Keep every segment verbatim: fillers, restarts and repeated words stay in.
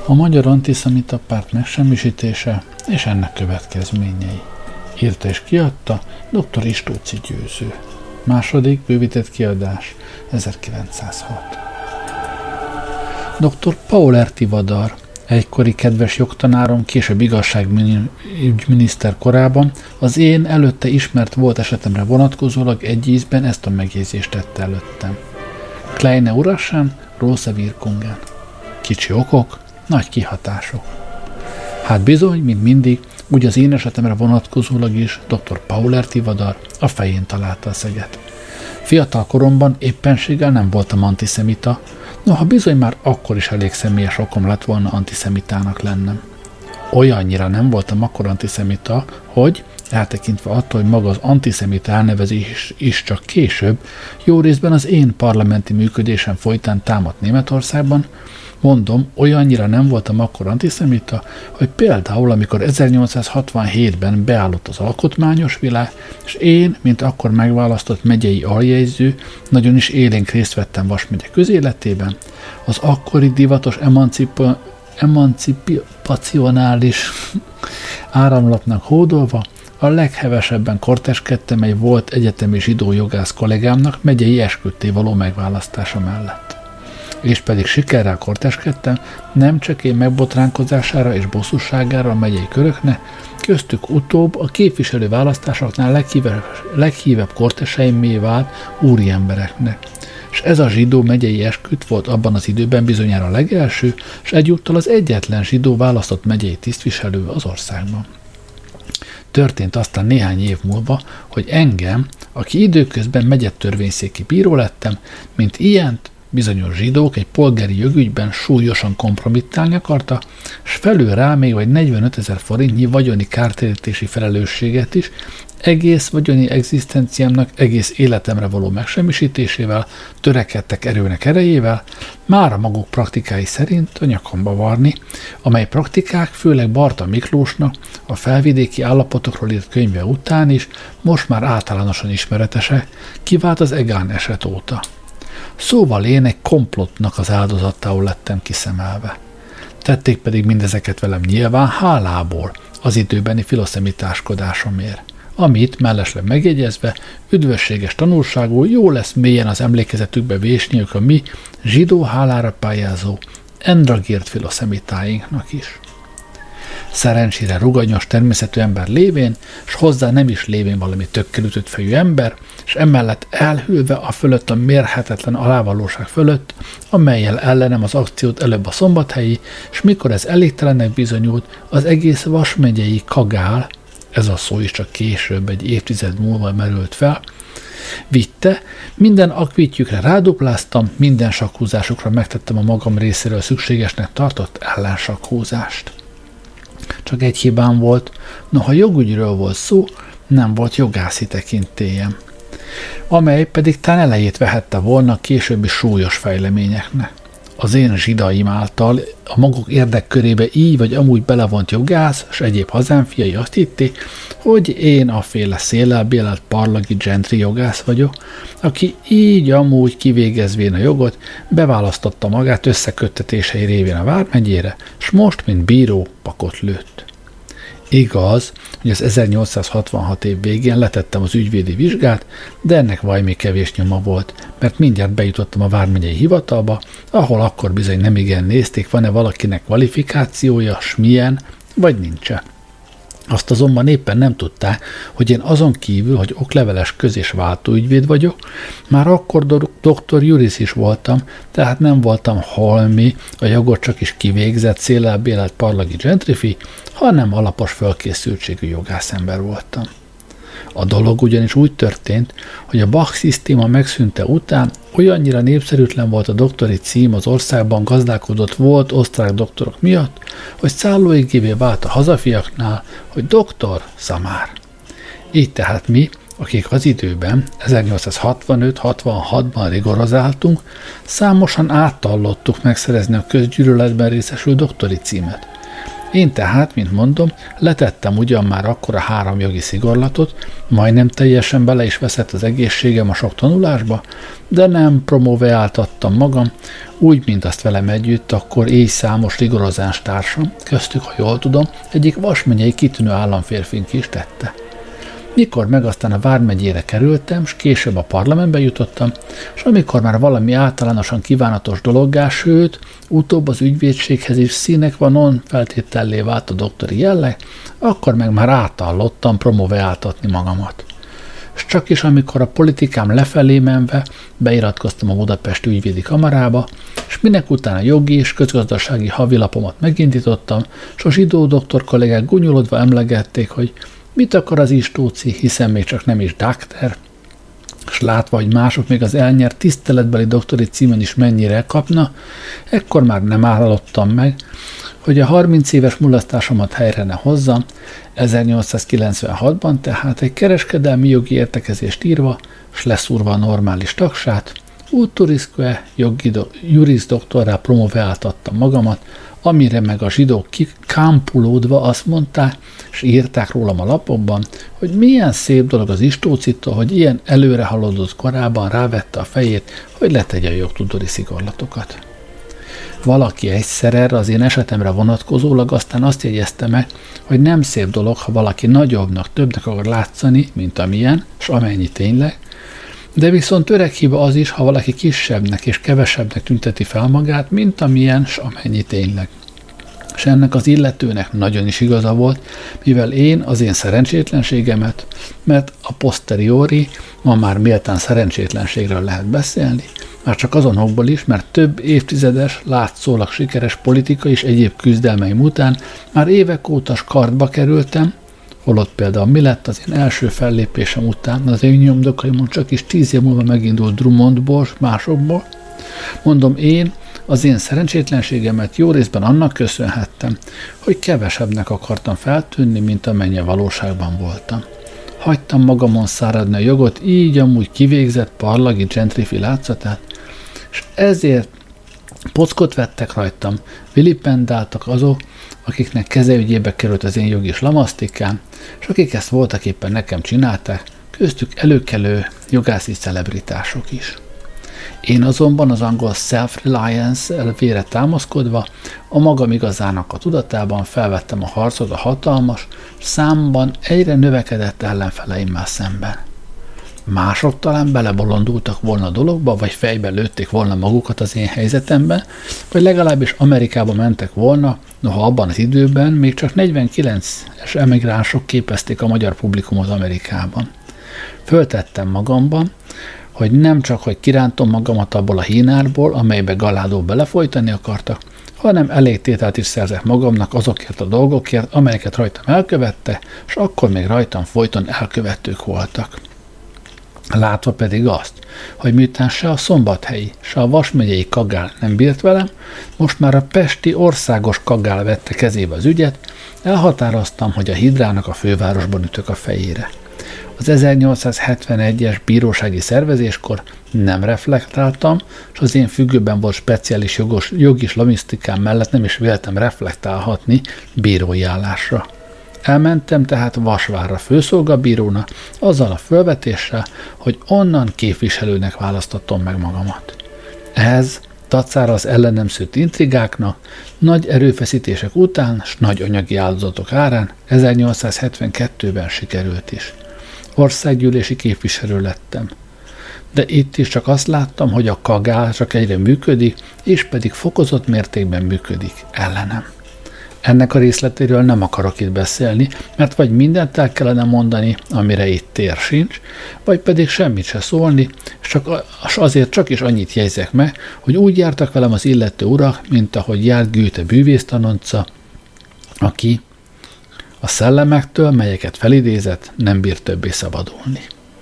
A Magyar Antiszemita Párt megsemmisítése és ennek következményei. Írta és kiadta dr. Istóczy Győző. Második bővített kiadás ezerkilencszázhat. dr. Pauler Tivadar, egykori kedves jogtanárom, később igazságügyminiszter korában az én előtte ismert volt esetemre vonatkozólag egy ízben ezt a megjegyzést tette előttem. Kleine Urasen, große Wirkungen. Kicsi okok, nagy kihatások. Hát bizony, mint mindig, úgy az én esetemre vonatkozólag is dr. Pauler Tivadar a fején találta a szeget. Fiatal koromban éppenséggel nem voltam antiszemita, noha bizony már akkor is elég személyes okom lett volna antiszemitának lennem. Olyannyira nem voltam akkor antiszemita, hogy, eltekintve attól, hogy maga az antiszemita elnevezés is csak később, jó részben az én parlamenti működésem folytán támadt Németországban, mondom, olyannyira nem voltam akkor antiszemita, hogy például, amikor ezernyolcszázhatvanhétben beállott az alkotmányos világ, és én, mint akkor megválasztott megyei aljegyző, nagyon is élénk részt vettem Vas megye közéletében, az akkori divatos emancipa, emancipacionális áramlatnak hódolva, a leghevesebben korteskedtem egy volt egyetemi zsidó jogász kollégámnak megyei esküdté való megválasztása mellett. És pedig sikerrel korteskedtem, nem csak én megbotránkozására és bosszúságára a megyei köröknek, köztük utóbb a képviselő választásoknál leghívebb, leghívebb korteseimmé vált úriembereknek. És ez a zsidó megyei esküt volt abban az időben bizonyára a legelső, és egyúttal az egyetlen zsidó választott megyei tisztviselő az országban. Történt aztán néhány év múlva, hogy engem, aki időközben megye-törvényszéki bíró lettem, mint ilyent, bizonyos zsidók egy polgári jogügyben súlyosan kompromittálni akarta, és felül rá még vagy negyvenötezer forintnyi vagyoni kártérítési felelősséget is, egész vagyoni egzisztenciámnak egész életemre való megsemmisítésével, törekedtek erőnek erejével, már a maguk praktikái szerint a nyakamba varni, amely praktikák főleg Barta Miklósnak a felvidéki állapotokról írt könyve után is most már általánosan ismeretesek, kivált az Egán eset óta. Szóval én egy komplottnak az áldozatául lettem kiszemelve. Tették pedig mindezeket velem nyilván hálából az időbeni filoszemitáskodásomért, amit mellesleg megjegyezve üdvösséges tanulságú jó lesz mélyen az emlékezetükbe vésniük a mi zsidó hálára pályázó, endragírt filoszemitáinknak is. Szerencsére ruganyos természetű ember lévén, s hozzá nem is lévén valami tökkelütött fejű ember, és emellett elhűlve a fölött a mérhetetlen alávalóság fölött, amellyel ellenem az akciót előbb a szombathelyi, és mikor ez elégtelennek bizonyult, az egész Vas megyei kagál, ez a szó is csak később egy évtized múlva merült fel, vitte, minden akvitjükre rádupláztam, minden sakhúzásukra megtettem a magam részéről szükségesnek tartott ellensakhúzást. Csak egy hibám volt, noha jogügyről volt szó, nem volt jogászi tekintélyem, amely pedig tán elejét vehette volna a későbbi súlyos fejleményeknek. Az én zsidaim által a maguk érdekkörébe így vagy amúgy belevont jogász, s egyéb hazámfiai azt hitték, hogy én aféle széllel bélelt parlagi gentri jogász vagyok, aki így amúgy kivégezvén a jogot, beválasztotta magát összeköttetései révén a vármegyére, s most, mint bíró, pakot lőtt. Igaz, hogy az ezernyolcszázhatvanhat év végén letettem az ügyvédi vizsgát, de ennek vajmi kevés nyoma volt, mert mindjárt bejutottam a vármegyei hivatalba, ahol akkor bizony nemigen nézték, van-e valakinek kvalifikációja, s milyen, vagy nincsen. Azt azonban éppen nem tudták, hogy én azon kívül, hogy okleveles köz- és váltóügyvéd vagyok, már akkor do- doktor Juris is voltam, tehát nem voltam holmi, a jogot csak is kivégzett, széllel bélelt parlagi gentrifi, hanem alapos fölkészültségű jogászember voltam. A dolog ugyanis úgy történt, hogy a Bach szisztéma megszűnte után olyannyira népszerűtlen volt a doktori cím az országban gazdálkodott volt osztrák doktorok miatt, hogy szállóigévé vált a hazafiaknál, hogy doktor Szamár. Így tehát mi, akik az időben ezernyolcszázhatvanöt-hatvanhatban rigorozáltunk, számosan áttallottuk megszerezni a közgyűlöletben részesült doktori címet. Én tehát, mint mondom, letettem ugyan már akkor a három jogi szigorlatot, majdnem teljesen bele is veszett az egészségem a sok tanulásba, de nem promoveáltattam magam, úgy, mint azt velem együtt, akkor éj számos rigorozáns társam, köztük, ha jól tudom, egyik Vas megyei kitűnő államférfink is tette. Mikor meg aztán a Vármegyére kerültem, s később a parlamentbe jutottam, és amikor már valami általánosan kívánatos dologgá, sőt, utóbb az ügyvédséghez is színek vanon feltétellé vált a doktori jelleg, akkor meg már átállottam promoveáltatni magamat. És csak is amikor a politikám lefelé menve beiratkoztam a Budapesti ügyvédi kamarába, és minek utána jogi és közgazdasági havilapomat megindítottam, s a zsidó doktor kollégák gúnyolódva emlegették, hogy mit akar az Istóci, hiszen még csak nem is doktor, és látva, hogy mások még az elnyert tiszteletbeli doktori címen is mennyire kapna, ekkor már nem állottam meg, hogy a harminc éves mulasztásomat helyre ne hozzam, ezernyolcszázkilencvenhatban tehát egy kereskedelmi jogi értekezést írva, s leszúrva a normális tagsát, uturisque juris doktorrá promoveáltattam magamat, amire meg a zsidók kikámpulódva azt mondták, és írták rólam a lapokban, hogy milyen szép dolog az Istócitól, hogy ilyen előre haladott korában rávette a fejét, hogy letegye a jogtudori szigorlatokat. Valaki egyszer erre az én esetemre vonatkozólag aztán azt jegyezte meg, hogy nem szép dolog, ha valaki nagyobbnak, többnek akar látszani, mint amilyen, s amennyi tényleg, de viszont öreg hiba az is, ha valaki kisebbnek és kevesebbnek tünteti fel magát, mint amilyen, s amennyi tényleg. És ennek az illetőnek nagyon is igaza volt, mivel én az én szerencsétlenségemet, mert a posteriori, ma már méltán szerencsétlenségről lehet beszélni, már csak azon okból is, mert több évtizedes, látszólag sikeres politika és egyéb küzdelmeim után már évek óta kartba kerültem, holott például mi lett az én első fellépésem után, az én nyomdokaimon csak is tíz év múlva megindult Drummondból, másokból. Mondom, én az én szerencsétlenségemet jó részben annak köszönhettem, hogy kevesebbnek akartam feltűnni, mint amennyi valóságban voltam. Hagytam magamon száradni a jogot, így amúgy kivégzett parlagi gentrifi látszatát, és ezért pockot vettek rajtam, vilipendáltak azok, akiknek kezeügyébe került az én jogi slamasztikám, és akik ezt voltak éppen nekem csinálták, köztük előkelő jogászi celebritások is. Én azonban az angol self-reliance elvére támaszkodva a magam igazának a tudatában felvettem a harcot a hatalmas, számban egyre növekedett ellenfeleimmel szemben. Mások talán belebolondultak volna a dologba, vagy fejbe lőtték volna magukat az én helyzetemben, vagy legalábbis Amerikába mentek volna, noha abban az időben még csak negyvenkilences emigránsok képezték a magyar publikumot Amerikában. Föltettem magamban, hogy nem csak, hogy kirántom magamat abból a hínárból, amelybe Galádó belefolytani akartak, hanem elég tételt is szerzek magamnak azokért a dolgokért, amelyeket rajtam elkövette, és akkor még rajtam folyton elkövetők voltak. Látva pedig azt, hogy miután se a szombathelyi, se a Vas megyei kagál nem bírt velem, most már a pesti országos kagál vette kezébe az ügyet, elhatároztam, hogy a hidrának a fővárosban ütök a fejére. Az ezernyolcszázhetvenegyes bírósági szervezéskor nem reflektáltam, és az én függőben volt speciális jogos, jogi slamisztikám mellett nem is véltem reflektálhatni bírói állásra. Elmentem tehát Vasvárra főszolgabíróna, azzal a fölvetéssel, hogy onnan képviselőnek választottam meg magamat. Ez tacára az ellenem szőtt intrigáknak, nagy erőfeszítések után, s nagy anyagi áldozatok árán ezernyolcszázhetvenkettőben sikerült is. Országgyűlési képviselő lettem. De itt is csak azt láttam, hogy a kagál csak egyre működik, és pedig fokozott mértékben működik ellenem. Ennek a részletéről nem akarok itt beszélni, mert vagy mindent el kellene mondani, amire itt tér sincs, vagy pedig semmit se szólni, és, csak, és azért csak is annyit jegyzek meg, hogy úgy jártak velem az illető urak, mint ahogy járt Goethe bűvésztanonca, aki a szellemektől, melyeket felidézett, nem bír többé szabadulni.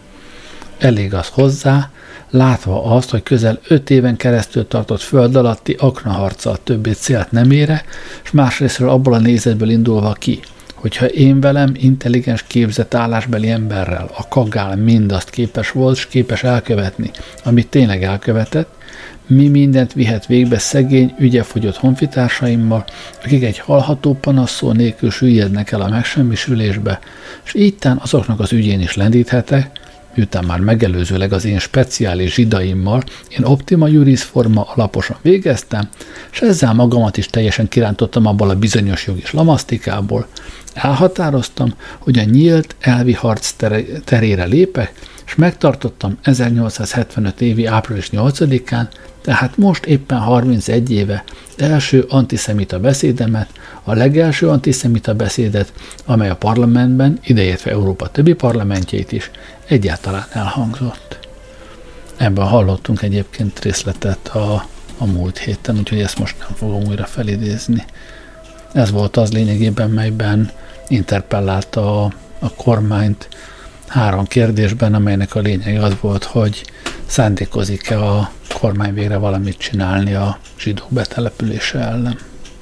Elég az hozzá, látva azt, hogy közel öt éven keresztül tartott föld alatti aknaharca a többi célt nem ére, és másrésztről abból a nézetből indulva ki, hogyha én velem intelligens képzett állásbeli emberrel a kagál mindazt képes volt, és képes elkövetni, amit tényleg elkövetett, mi mindent vihet végbe szegény, ügyefogyott honfitársaimmal, akik egy hallható panaszszó nélkül süllyednek el a megsemmisülésbe, és ígytán azoknak az ügyén is lendíthetek, miután már megelőzőleg az én speciális zsidaimmal én optima juris forma alaposan végeztem, és ezzel magamat is teljesen kirántottam abból a bizonyos jogis lamasztikából, elhatároztam, hogy a nyílt elvi harc terére lépek, és megtartottam ezernyolcszázhetvenöt évi április nyolcadikán, tehát most éppen harmincegy éve első antiszemita beszédemet, a legelső antiszemita beszédet, amely a parlamentben, ideértve Európa többi parlamentjeit is, egyáltalán elhangzott. Ebben hallottunk egyébként részletet a, a múlt héten, úgyhogy ezt most nem fogom újra felidézni. Ez volt az lényegében, melyben interpellálta a, a kormányt három kérdésben, amelynek a lényege az volt, hogy szándékozik-e a kormány végre valamit csinálni a zsidók betelepülése ellen.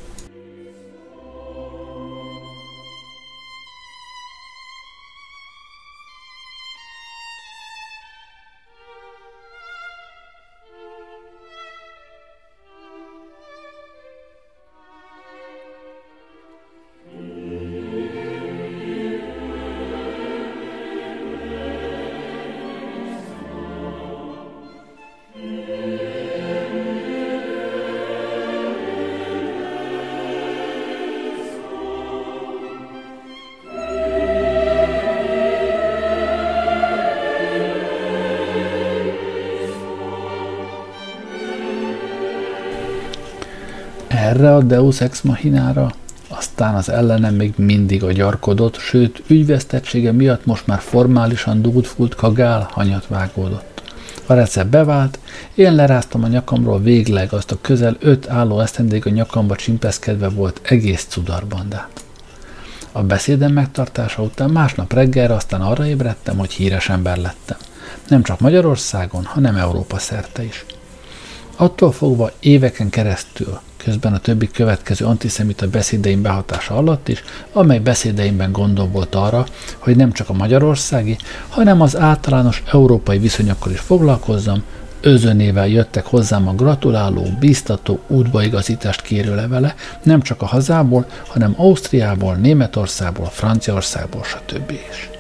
Erre a Deus Ex Machinára aztán az ellenem még mindig agyarkodott, sőt, ügyvesztettsége miatt most már formálisan dúdfult, kagál, hanyat vágódott. A recept bevált, én leráztam a nyakamról végleg azt a közel öt álló esztendéig a nyakamba csimpeszkedve volt egész cudarbandát. A beszédem megtartása után másnap reggelre aztán arra ébredtem, hogy híres ember lettem. Nem csak Magyarországon, hanem Európa szerte is. Attól fogva éveken keresztül, közben a többi következő antiszemita beszédeim behatása alatt is, amely beszédeimben gondom volt arra, hogy nem csak a magyarországi, hanem az általános európai viszonyokkal is foglalkozzam, özönével jöttek hozzám a gratuláló, bíztató, útbaigazítást kérő levele, nem csak a hazából, hanem Ausztriából, Németországból, Franciaországból, stb. Is.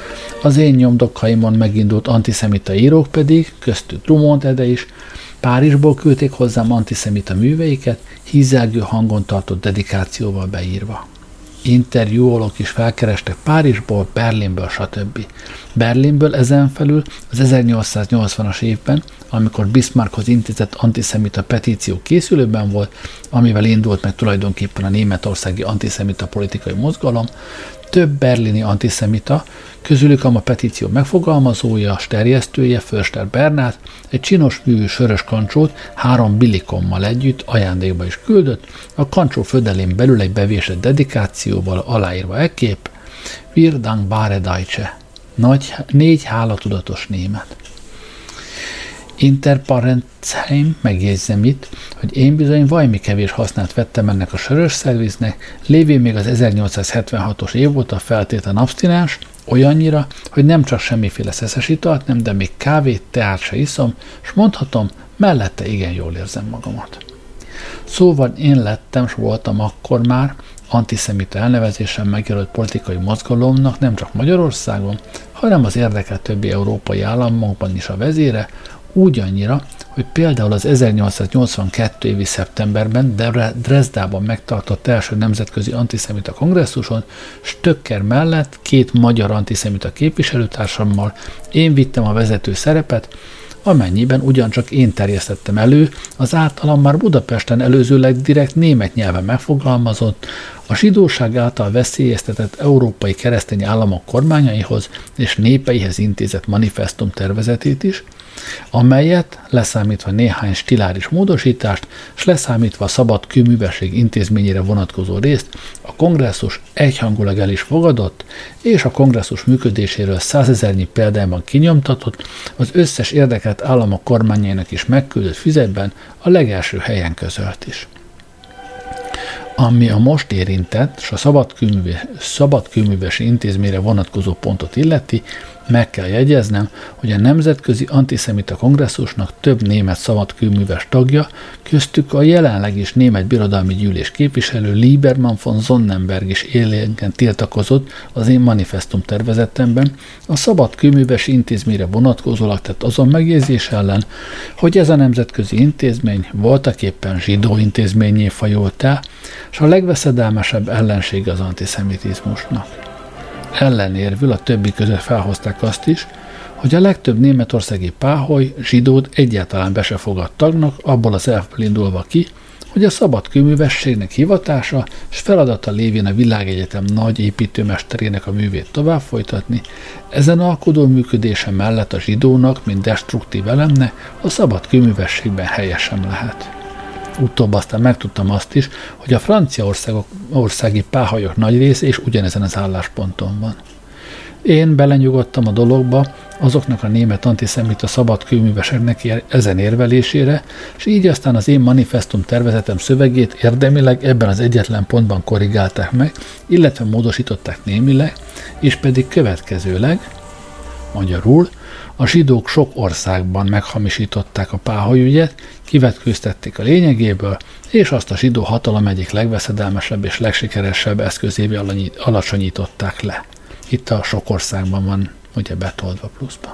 Az én nyomdokhaimon megindult antiszemita írók pedig, köztük Drummond Ede is, Párizsból küldték hozzám antiszemita műveiket, hízelgő hangon tartott dedikációval beírva. Interjúolók is felkerestek Párizsból, Berlinből, stb. Berlinből ezen felül az ezernyolcszáznyolcvanas évben, amikor Bismarckhoz intézett antiszemita petíció készülőben volt, amivel indult meg tulajdonképpen a németországi antiszemita politikai mozgalom, több berlini antiszemita, közülük a petíció megfogalmazója, terjesztője, Förster Bernát, egy csinos művű sörös kancsót három bilikommal együtt ajándékba is küldött, a kancsó födelén belül egy bevésett dedikációval aláírva ekképp Wir dankbare Deutsche, nagy, négy hálatudatos német. Interparentheim megjegyzem itt, hogy én bizony vajmi kevés hasznát vettem ennek a sörös szerviznek, lévén még az ezernyolcszázhetvenhatos év óta feltétlen abstinens, olyannyira, hogy nem csak semmiféle szeszes italt, nem, de még kávét, teát se iszom, és mondhatom, mellette igen jól érzem magamat. Szóval én lettem, s voltam akkor már antiszemita elnevezésen megjelölt politikai mozgalomnak nem csak Magyarországon, hanem az érdekelt többi európai államokban is a vezére, úgy annyira, hogy például az ezernyolcszáznyolcvankettő évi szeptemberben Dresdában megtartott első nemzetközi antiszemita kongresszuson Stöcker mellett két magyar antiszemita képviselőtársammal én vittem a vezető szerepet, amennyiben ugyancsak én terjesztettem elő az általam már Budapesten előzőleg direkt német nyelven megfogalmazott, a zsidóság által veszélyeztetett európai keresztény államok kormányaihoz és népeihez intézett manifestum tervezetét is, amelyet, leszámítva néhány stiláris módosítást, s leszámítva a szabad kőművesség intézményére vonatkozó részt, a kongresszus egyhangulag el is fogadott, és a kongresszus működéséről százezernyi példányban kinyomtatott, az összes érdekelt államok kormányainak is megküldött füzetben a legelső helyen közölt is. Ami a most érintett, s a szabadkőműves intézményre vonatkozó pontot illeti, Meg kell jegyeznem, hogy a Nemzetközi Antiszemita Kongresszusnak több német szabadkőműves tagja, köztük a jelenleg is német birodalmi gyűlés képviselő Liebermann von Sonnenberg is élénken tiltakozott az én manifestum tervezetemben a szabadkőműves intézményre vonatkozólag tett azon megjegyzés ellen, hogy ez a nemzetközi intézmény voltaképpen zsidó intézményé fajult el, és a legveszedelmesebb ellensége az antiszemitizmusnak. Ellenérvül a többi között felhozták azt is, hogy a legtöbb németországi páholy zsidót egyáltalán be se fogad tagnak, abból az elvből indulva ki, hogy a szabad kőművességnek hivatása és feladata lévén a világegyetem nagy építőmesterének a művét tovább folytatni, ezen alkodó működése mellett a zsidónak, mint destruktív elemnek, a szabad kőművességben helye sem lehet. Utóbb aztán megtudtam azt is, hogy a franciaországi páholyok nagy része is ugyanezen az állásponton van. Én belenyugodtam a dologba azoknak a német antiszemita szabadkőműveseknek ezen érvelésére, és így aztán az én manifestum tervezetem szövegét érdemileg ebben az egyetlen pontban korrigálták meg, illetve módosították némileg, és pedig következőleg, magyarul, a zsidók sok országban meghamisították a páholyügyet, kivetkőztették a lényegéből, és azt a zsidó hatalom egyik legveszedelmesebb és legsikeresebb eszközévé alacsonyították le. Itt a sok országban van ugye betoldva pluszban.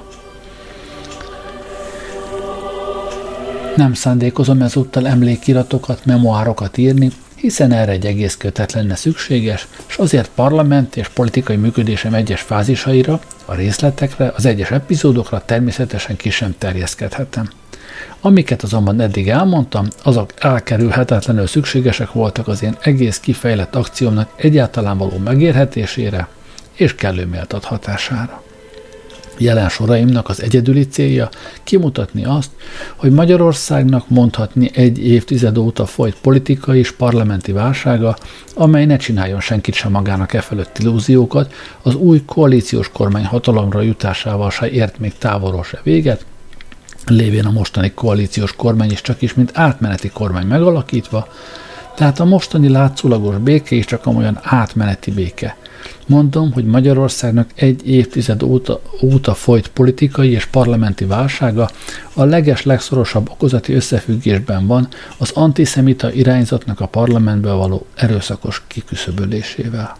Nem szándékozom ezúttal emlékiratokat, memoárokat írni, hiszen erre egy egész kötet lenne szükséges, és azért parlament és politikai működésem egyes fázisaira, a részletekre, az egyes epizódokra természetesen ki sem terjeszkedhetem. Amiket azonban eddig elmondtam, azok elkerülhetetlenül szükségesek voltak az én egész kifejlett akciómnak egyáltalán való megérhetésére és kellő méltathatására. Jelen soraimnak az egyedüli célja kimutatni azt, hogy Magyarországnak mondhatni egy évtized óta folyt politikai és parlamenti válsága, amely ne csináljon senkit sem magának e fölött illúziókat, az új koalíciós kormány hatalomra jutásával se ért még távolról se véget, lévén a mostani koalíciós kormány is csak is mint átmeneti kormány megalakítva, tehát a mostani látszólagos béke is csak olyan átmeneti béke. Mondom, hogy Magyarországnak egy évtized óta, óta folyt politikai és parlamenti válsága a leges legszorosabb okozati összefüggésben van az antiszemita irányzatnak a parlamentből való erőszakos kiküszöbölésével.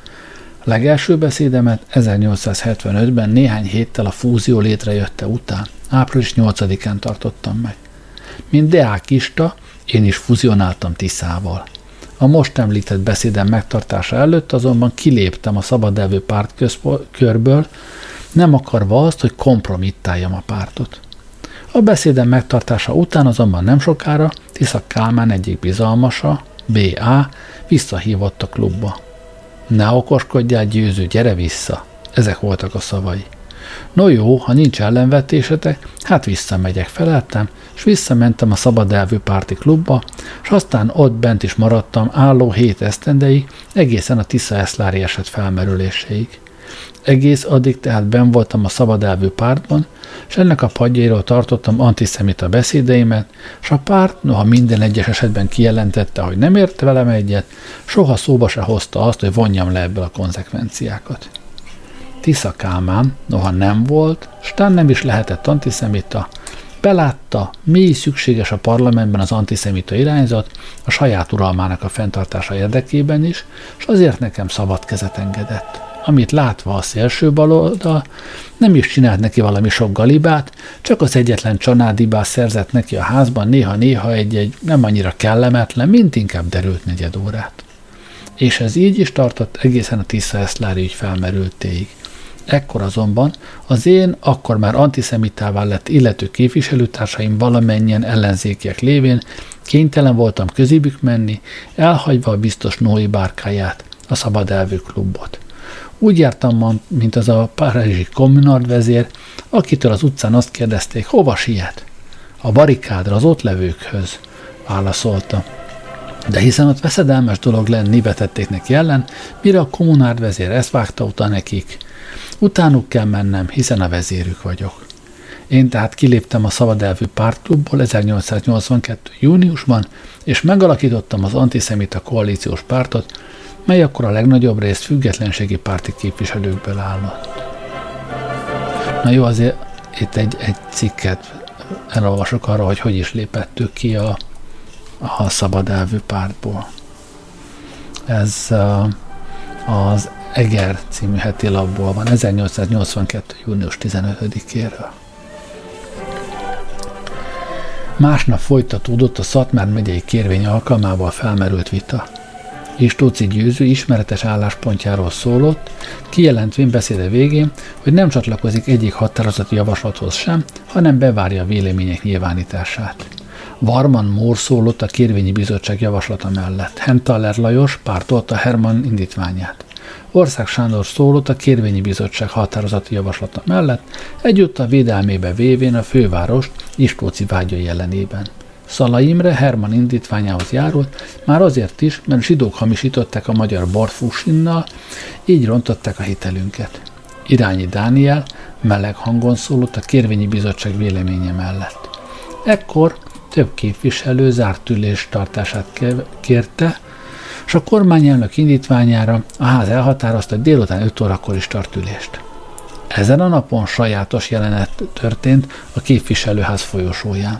A legelső beszédemet ezernyolcszázhetvenötben néhány héttel a fúzió létrejötte után, április nyolcadikán tartottam meg. Mint deákista, én is fuzionáltam Tiszával. A most említett beszédem megtartása előtt azonban kiléptem a szabadelvű pártkörből, nem akarva azt, hogy kompromittáljam a pártot. A beszédem megtartása után azonban nem sokára Tisza Kálmán egyik bizalmasa, bé á, visszahívott a klubba. Ne okoskodjál, győző, gyere vissza! Ezek voltak a szavai. No jó, ha nincs ellenvetésetek, hát visszamegyek, feleltem, és visszamentem a szabadelvű párti klubba, és aztán ott bent is maradtam álló hét esztendeig, egészen a Tisza-Eszlári eset felmerüléséig. Egész addig tehát benn voltam a szabadelvű pártban, és ennek a padjairól tartottam antiszemita beszédeimet, és a párt, noha minden egyes esetben kijelentette, hogy nem ért velem egyet, soha szóba se hozta azt, hogy vonjam le ebből a konzekvenciákat. Tisza Kálmán, noha nem volt, stán nem is lehetett antiszemita, belátta, mi szükséges a parlamentben az antiszemita irányzat, a saját uralmának a fenntartása érdekében is, és azért nekem szabad kezet engedett. Amit látva a szélső baloldal, nem is csinált neki valami sok galibát, csak az egyetlen csanádibát szerzett neki a házban néha-néha egy-egy nem annyira kellemetlen, mint inkább derült negyed órát. És ez így is tartott egészen a Tisza-Eszlári ügy felmerültéig. Ekkor azonban az én akkor már antiszemitává lett illető képviselőtársaim valamennyien ellenzékiek lévén kénytelen voltam közébük menni, elhagyva a biztos Noé bárkáját, a szabadelvű klubot. Úgy jártam, mint az a párizsi kommunard vezér, akitől az utcán azt kérdezték, hova siet? A barikádra, az ott levőkhöz, válaszolta. De hiszen ott veszedelmes dolog lenni, vetették neki ellen, mire a kommunárd vezér ezt vágta utána nekik. Utánuk kell mennem, hiszen a vezérük vagyok. Én tehát kiléptem a szabadelvű pártklubból ezernyolcszáznyolcvankettő. júniusban, és megalakítottam az antiszemita koalíciós pártot, mely akkor a legnagyobb részt függetlenségi párti képviselőkből állott. Na jó, azért itt egy, egy cikket elolvasok arra, hogy hogy is lépettük ki a, a szabad elvű pártból. Ez uh, az Eger című heti lapból van, ezernyolcszáznyolcvankettő. június tizenötödikéről. Másnap folytatódott a Szatmár megyei kérvény alkalmával felmerült vita. Istóczy Győző ismeretes álláspontjáról szólott, kijelentvén beszéde végén, hogy nem csatlakozik egyik határozati javaslathoz sem, hanem bevárja a vélemények nyilvánítását. Varman Mór szólott a kérvényi bizottság javaslata mellett. Hentaler Lajos pártolta Herman indítványát. Ország Sándor szólott a kérvényi bizottság határozati javaslata mellett, egyúttal védelmébe vévén a fővárost Istóczy vágyai ellenében. Szalai Imre Herman indítványához járult, már azért is, mert zsidók hamisították a magyar borfúsinnal, így rontották a hitelünket. Irányi Dániel meleg hangon szólott a kérvényi bizottság véleménye mellett. Ekkor több képviselő zárt ülés tartását kérte, és a kormányelnök indítványára a ház elhatározta, hogy délután öt órakor is tart ülést. Ezen a napon sajátos jelenet történt a képviselőház folyosóján.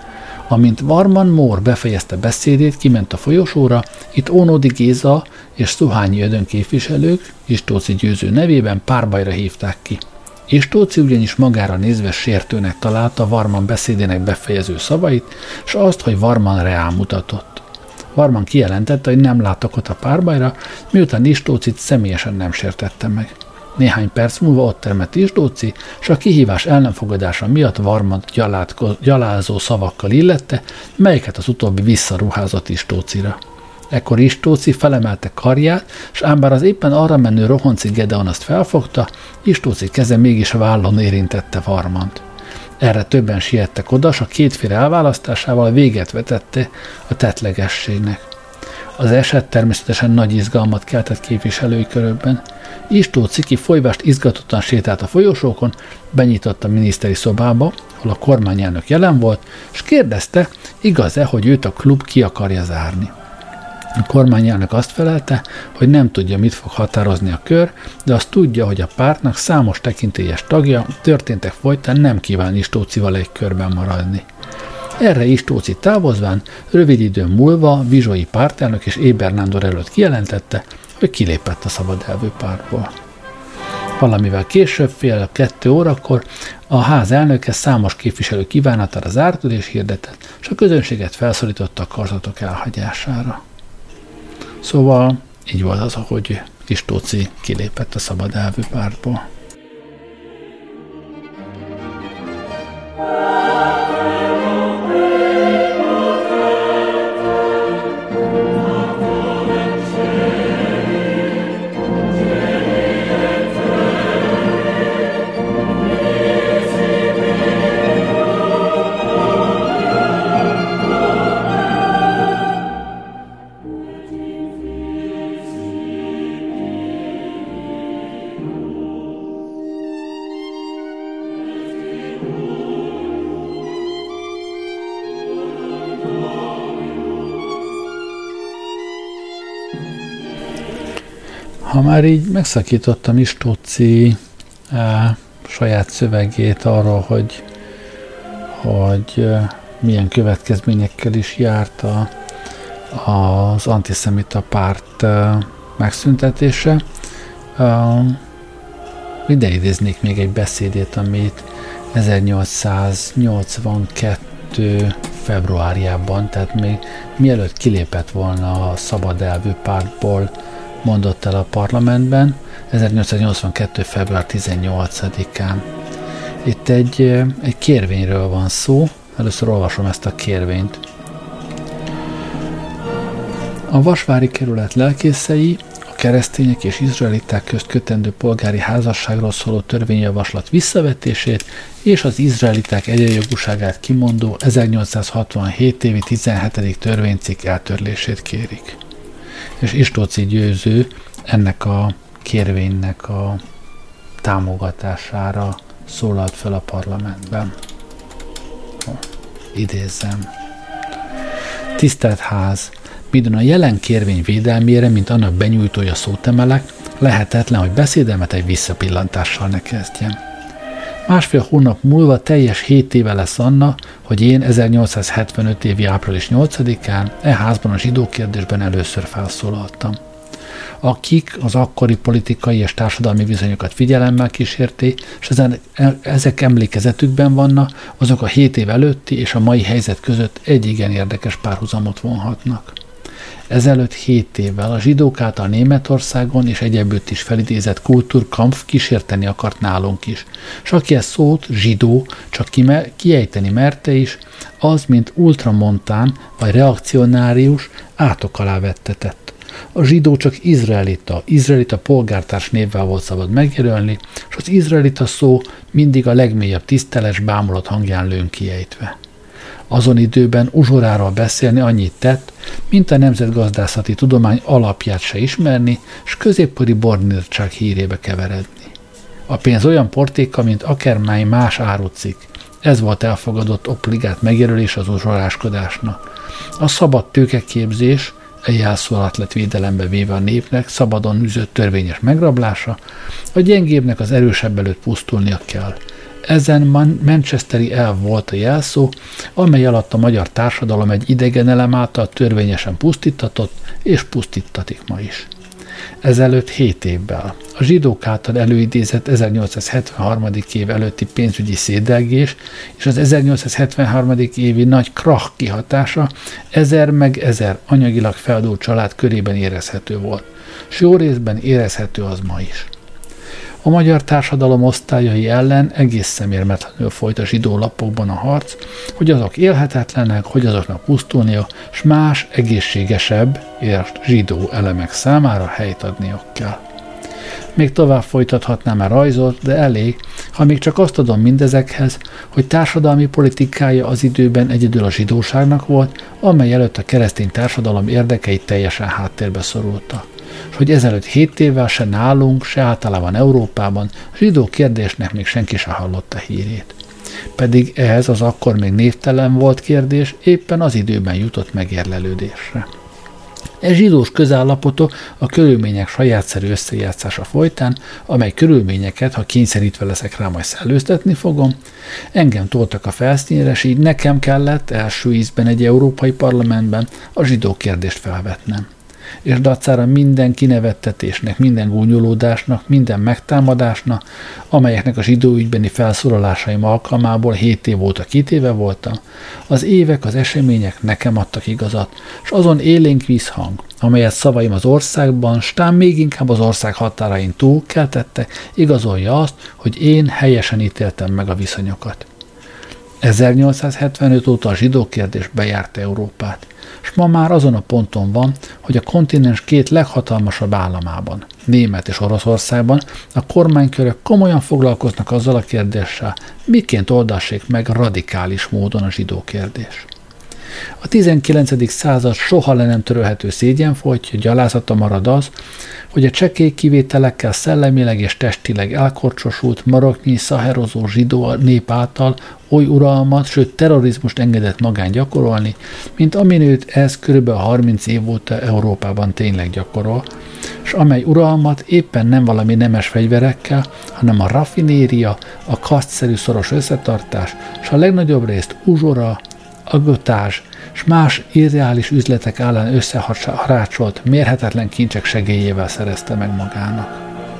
Amint Varman Mór befejezte beszédét, kiment a folyosóra, itt Ónodi Géza és Szuhányi Ödön képviselők Istóczy Győző nevében párbajra hívták ki. Istóczy ugyanis magára nézve sértőnek találta Varman beszédének befejező szavait, és azt, hogy Varman reál mutatott. Varman kijelentette, hogy nem látok ott a párbajra, miután Istóczyt személyesen nem sértette meg. Néhány perc múlva ott termett Istóczy, és a kihívás el nem fogadása miatt Varmant gyalázó szavakkal illette, melyeket az utóbbi visszaruházott Istóczyra. Ekkor Istóczy felemelte karját, és ám bár az éppen arra menő Rohonczy Gedeon azt felfogta, Istóczy keze mégis a vállon érintette Varmant. Erre többen siettek oda, s a kétféle elválasztásával véget vetette a tettlegességnek. Az eset természetesen nagy izgalmat keltett képviselői körökben. Istóczy, ki folyvást izgatottan sétált a folyosókon, benyitott a miniszteri szobába, ahol a kormányelnök jelen volt, és kérdezte, igaz-e, hogy őt a klub ki akarja zárni. A kormányelnök azt felelte, hogy nem tudja, mit fog határozni a kör, de azt tudja, hogy a pártnak számos tekintélyes tagja történtek folytán nem kíván Istóczyval egy körben maradni. Erre Istóczy távozván rövid időn múlva Vizsói pártelnök és Éber Nándor előtt kijelentette, hogy kilépett a szabad elvű pártból. Valamivel később, fél kettő órakor a ház elnöke számos képviselő kívánatára zárt ülés hirdetett, és a közönséget felszólította a karzatok elhagyására. Szóval így volt az, ahogy Istóczy kilépett a szabad elvű pártból. Ha már így megszakítottam Istóczy e, saját szövegét arról, hogy, hogy e, milyen következményekkel is járt a, az antiszemita párt e, megszüntetése, e, ide idéznék még egy beszédét, amit ezernyolcszáznyolcvankettő februárjában, tehát még mielőtt kilépett volna a szabad elvű pártból, mondott el a parlamentben, ezernyolcszáznyolcvankettő február tizennyolcadikán. Itt egy, egy kérvényről van szó, először olvasom ezt a kérvényt. A Vasvári kerület lelkészei a keresztények és izraeliták közt kötendő polgári házasságról szóló törvényjavaslat visszavetését és az izraeliták egyenjogúságát kimondó ezernyolcszázhatvanhét évi tizenhetedik törvénycikk eltörlését kérik. És Istóczy Győző ennek a kérvénynek a támogatására szólalt fel a parlamentben. Idézzem. Tisztelt Ház! Midőn a jelen kérvény védelmére, mint annak benyújtója szót emelek, lehetetlen, hogy beszédemet egy visszapillantással ne kezdjem. Másfél hónap múlva teljes hét éve lesz annak, hogy én ezernyolcszázhetvenöt évi április nyolcadikán e házban a zsidó kérdésben először felszólaltam. Akik az akkori politikai és társadalmi viszonyokat figyelemmel kísérték, és ezen, ezek emlékezetükben vannak, azok a hét év előtti és a mai helyzet között egy igen érdekes párhuzamot vonhatnak. Ezelőtt hét évvel a zsidók által Németországon és egyebütt is felidézett kultúrkampf kísérteni akart nálunk is. És aki ezt szót, zsidó, csak kime, kiejteni merte is, az, mint ultramontán vagy reakcionárius, átok alá vettetett. A zsidó csak izraelita, izraelita polgártárs névvel volt szabad megjelölni, és az izraelita szó mindig a legmélyebb tiszteles bámulat hangján lőn kiejtve. Azon időben uzsoráról beszélni annyit tett, mint a nemzetgazdászati tudomány alapját se ismerni, s középkori bornirtság hírébe keveredni. A pénz olyan portéka, mint akármely más árucikk. Ez volt elfogadott obligát megjelölés az uzsoráskodásnak. A szabad tőkeképzés, a jelszó alatt lett védelembe véve a népnek szabadon űzött törvényes megrablása, a gyengébbnek az erősebb előtt pusztulnia kell. Ezen Man- Manchesteri elv volt a jelszó, amely alatt a magyar társadalom egy idegen elem által törvényesen pusztítatott, és pusztítatik ma is. Ezelőtt hét évvel a zsidók által előidézett ezernyolcszázhetvenhárom. év előtti pénzügyi szédelgés és az ezernyolcszázhetvenhárom. évi nagy krach kihatása ezer meg ezer anyagilag feldúlt család körében érezhető volt, s jó részben érezhető az ma is. A magyar társadalom osztályai ellen egész szemérmetlenül folyt a zsidó lapokban a harc, hogy azok élhetetlenek, hogy azoknak pusztulnia, s más, egészségesebb, ért zsidó elemek számára helyt adniuk kell. Még tovább folytathatnám a rajzot, de elég, ha még csak azt adom mindezekhez, hogy társadalmi politikája az időben egyedül a zsidóságnak volt, amely előtt a keresztény társadalom érdekeit teljesen háttérbe szorultak. És hogy ezelőtt hét évvel se nálunk, se általában Európában zsidó kérdésnek még senki se hallotta hírét. Pedig ehhez az akkor még névtelen volt kérdés éppen az időben jutott megérlelődésre. E zsidós közállapotok a körülmények sajátszerű összejátszása folytán, amely körülményeket, ha kényszerítve leszek rá, majd szellőztetni fogom, engem toltak a felszínre, és így nekem kellett első ízben egy európai parlamentben a zsidó kérdést felvetnem. És dacára minden kinevettetésnek, minden gúnyolódásnak, minden megtámadásnak, amelyeknek a zsidó ügybeni felszólalásaim alkalmából hét év óta kitéve voltam, az évek, az események nekem adtak igazat, és azon élénk vízhang, amelyet szavaim az országban, stán még inkább az ország határain túl keltette, igazolja azt, hogy én helyesen ítéltem meg a viszonyokat. ezernyolcszázhetvenöt óta a zsidó kérdés bejárta Európát, és ma már azon a ponton van, hogy a kontinens két leghatalmasabb államában, Német és Oroszországban a kormánykörök komolyan foglalkoznak azzal a kérdéssel, miként oldassék meg radikális módon a zsidó kérdés. A tizenkilencedik század soha le nem törölhető szégyenfoltja, gyalázata marad az, hogy a csekély kivételekkel szellemileg és testileg elkorcsosult, maroknyi, szaherozó zsidó nép által oly uralmat, sőt terrorizmust engedett magán gyakorolni, mint aminőt ez kb. harminc év óta Európában tényleg gyakorol, és amely uralmat éppen nem valami nemes fegyverekkel, hanem a raffinéria, a kasztszerű szoros összetartás, és a legnagyobb részt uzsora, agotázs, és más irreális üzletek ellen összeharácsolt, mérhetetlen kincsek segélyével szerezte meg magának.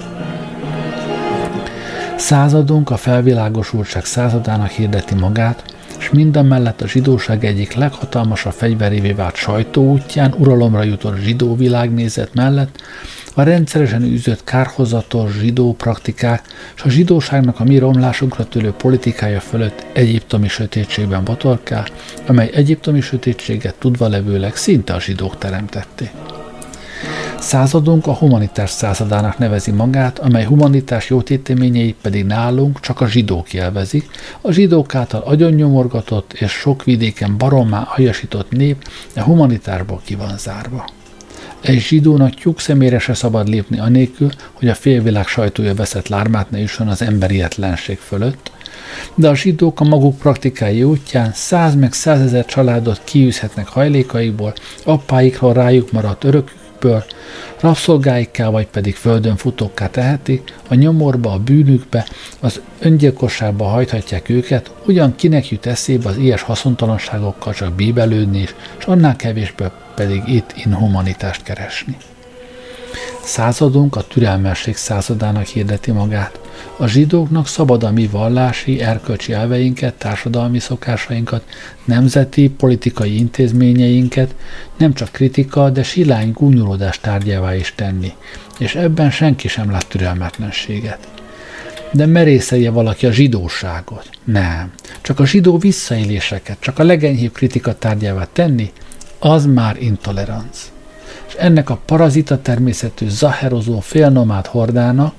Századunk a felvilágosultság századának hirdeti magát, és mindamellett a zsidóság egyik leghatalmasabb fegyverévé vált sajtó útján uralomra jutott zsidó világnézet mellett a rendszeresen űzött kárhozatos zsidó praktikák és a zsidóságnak a mi romlásunkra tőlő politikája fölött egyiptomi sötétségben botorkál, amely egyiptomi sötétséget tudva levőleg szinte a zsidók teremtették. Századunk a humanitás századának nevezi magát, amely humanitás jótéteményeit pedig nálunk csak a zsidók élvezik, a zsidók által agyonnyomorgatott és sok vidéken barommá hajasított nép a humanitásból ki van zárva. Egy zsidónak tyúk szemére se szabad lépni anélkül, hogy a félvilág sajtója veszett lármát ne üssön az emberietlenség fölött, de a zsidók a maguk praktikái útján száz meg százezer családot kiűzhetnek hajlékaikból, apáikról rájuk maradt örökükből, helyükből, rabszolgáikká vagy pedig földön futókká tehetik, a nyomorba, a bűnükbe, az öngyilkosságba hajthatják őket, ugyan kinek jut eszébe az ilyes haszontalanságokkal csak bíbelődni is, és annál kevésbé pedig itt inhumanitást keresni. Századunk a türelmesség századának hirdeti magát. A zsidóknak szabad a mi vallási, erkölcsi elveinket, társadalmi szokásainkat, nemzeti, politikai intézményeinket nem csak kritika, de silány gúnyolódás tárgyává is tenni, és ebben senki sem lát türelmetlenséget. De merészelje valaki a zsidóságot? Nem. Csak a zsidó visszaéléseket, csak a legenyhébb kritika tárgyává tenni, az már intoleranc. És ennek a parazita természetű, zaherozó, félnomád hordának,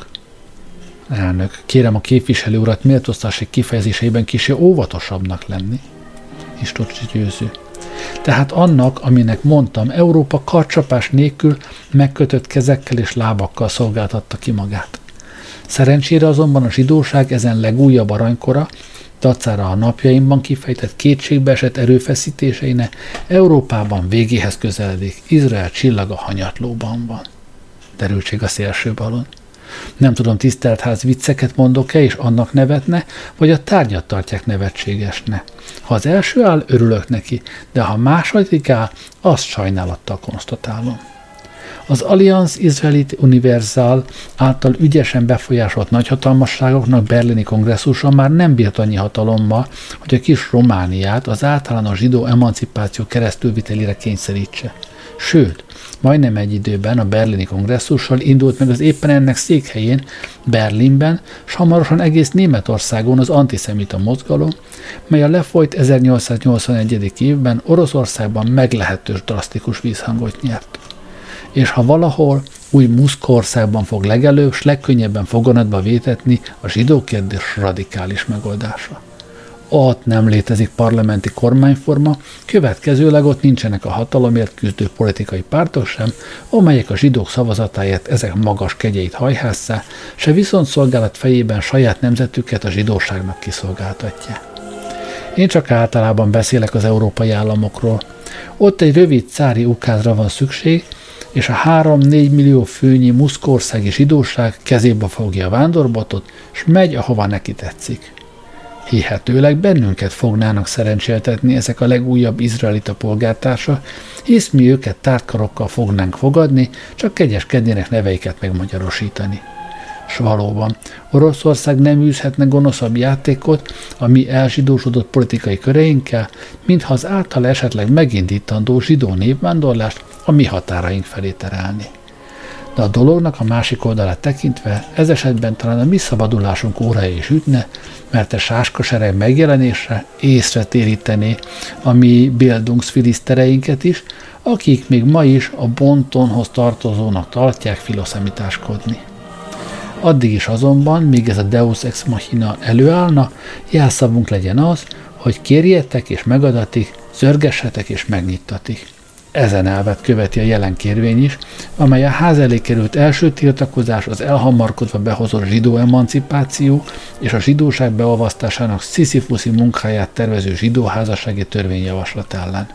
elnök, kérem a képviselő urat méltóztasség kifejezéseiben kissé óvatosabbnak lenni, István győző. Tehát annak, aminek mondtam, Európa karcsapás nélkül megkötött kezekkel és lábakkal szolgáltatta ki magát. Szerencsére azonban a zsidóság ezen legújabb aranykora, dacára a napjaimban kifejtett kétségbeesett erőfeszítéseinek Európában végéhez közeledik, Izrael csillaga hanyatlóban van. Derültség a szélső balon. Nem tudom, tisztelt ház, vicceket mondok-e, és annak nevetne, vagy a tárgyat tartják nevetségesne. Ha az első áll, örülök neki, de ha második áll, azt sajnálattal konstatálom. Az Allianz Israelite Universal által ügyesen befolyásolt nagyhatalmasságoknak berlini kongresszusa már nem bírt annyi hatalommal, hogy a kis Romániát az általános zsidó emancipáció keresztülvitelére kényszerítse. Sőt, majdnem egy időben a berlini kongresszussal indult meg az éppen ennek székhelyén, Berlinben, s hamarosan egész Németországon az antiszemita mozgalom, mely a lefolyt ezernyolcszáznyolcvanegy. Évben Oroszországban meglehetős drasztikus vízhangot nyert. És ha valahol új muszkországban fog legelőbb, s legkönnyebben foganatba vétetni a zsidó kérdés radikális megoldása. Ott nem létezik parlamenti kormányforma, következőleg ott nincsenek a hatalomért küzdő politikai pártok sem, amelyek a zsidók szavazatáért ezek magas kegyeit hajhásszá, se viszont szolgálat fejében saját nemzetüket a zsidóságnak kiszolgáltatja. Én csak általában beszélek az európai államokról. Ott egy rövid cári ukázra van szükség, és a három-négy millió főnyi muszkországi zsidóság kezébe fogja a vándorbotot, s megy, ahova neki tetszik. Hihetőleg bennünket fognának szerencséltetni ezek a legújabb izraelita polgártársak, hisz mi őket tártkarokkal fognánk fogadni, csak kegyeskednének neveiket megmagyarosítani. S valóban, Oroszország nem űzhetne gonoszabb játékot a mi elzsidósodott politikai köreinkkel, mintha az által esetleg megindítandó zsidó népvándorlást a mi határaink felé terelni. De a dolognak a másik oldalát tekintve ez esetben talán a mi szabadulásunk órája is ütne, mert a sáskasereg megjelenése észre térítené a mi bildungsfilisztereinket is, akik még ma is a bontonhoz tartozónak tartják filoszemitáskodni. Addig is azonban, míg ez a Deus ex machina előállna, jelszavunk legyen az, hogy kérjetek és megadatik, zörgessetek és megnyittatik. Ezen elvet követi a jelen kérvény is, amely a ház elé került első tiltakozás az elhamarkodva behozott zsidó emancipáció és a zsidóság beolvasztásának sziszifuszi munkáját tervező zsidóházassági törvényjavaslat ellen.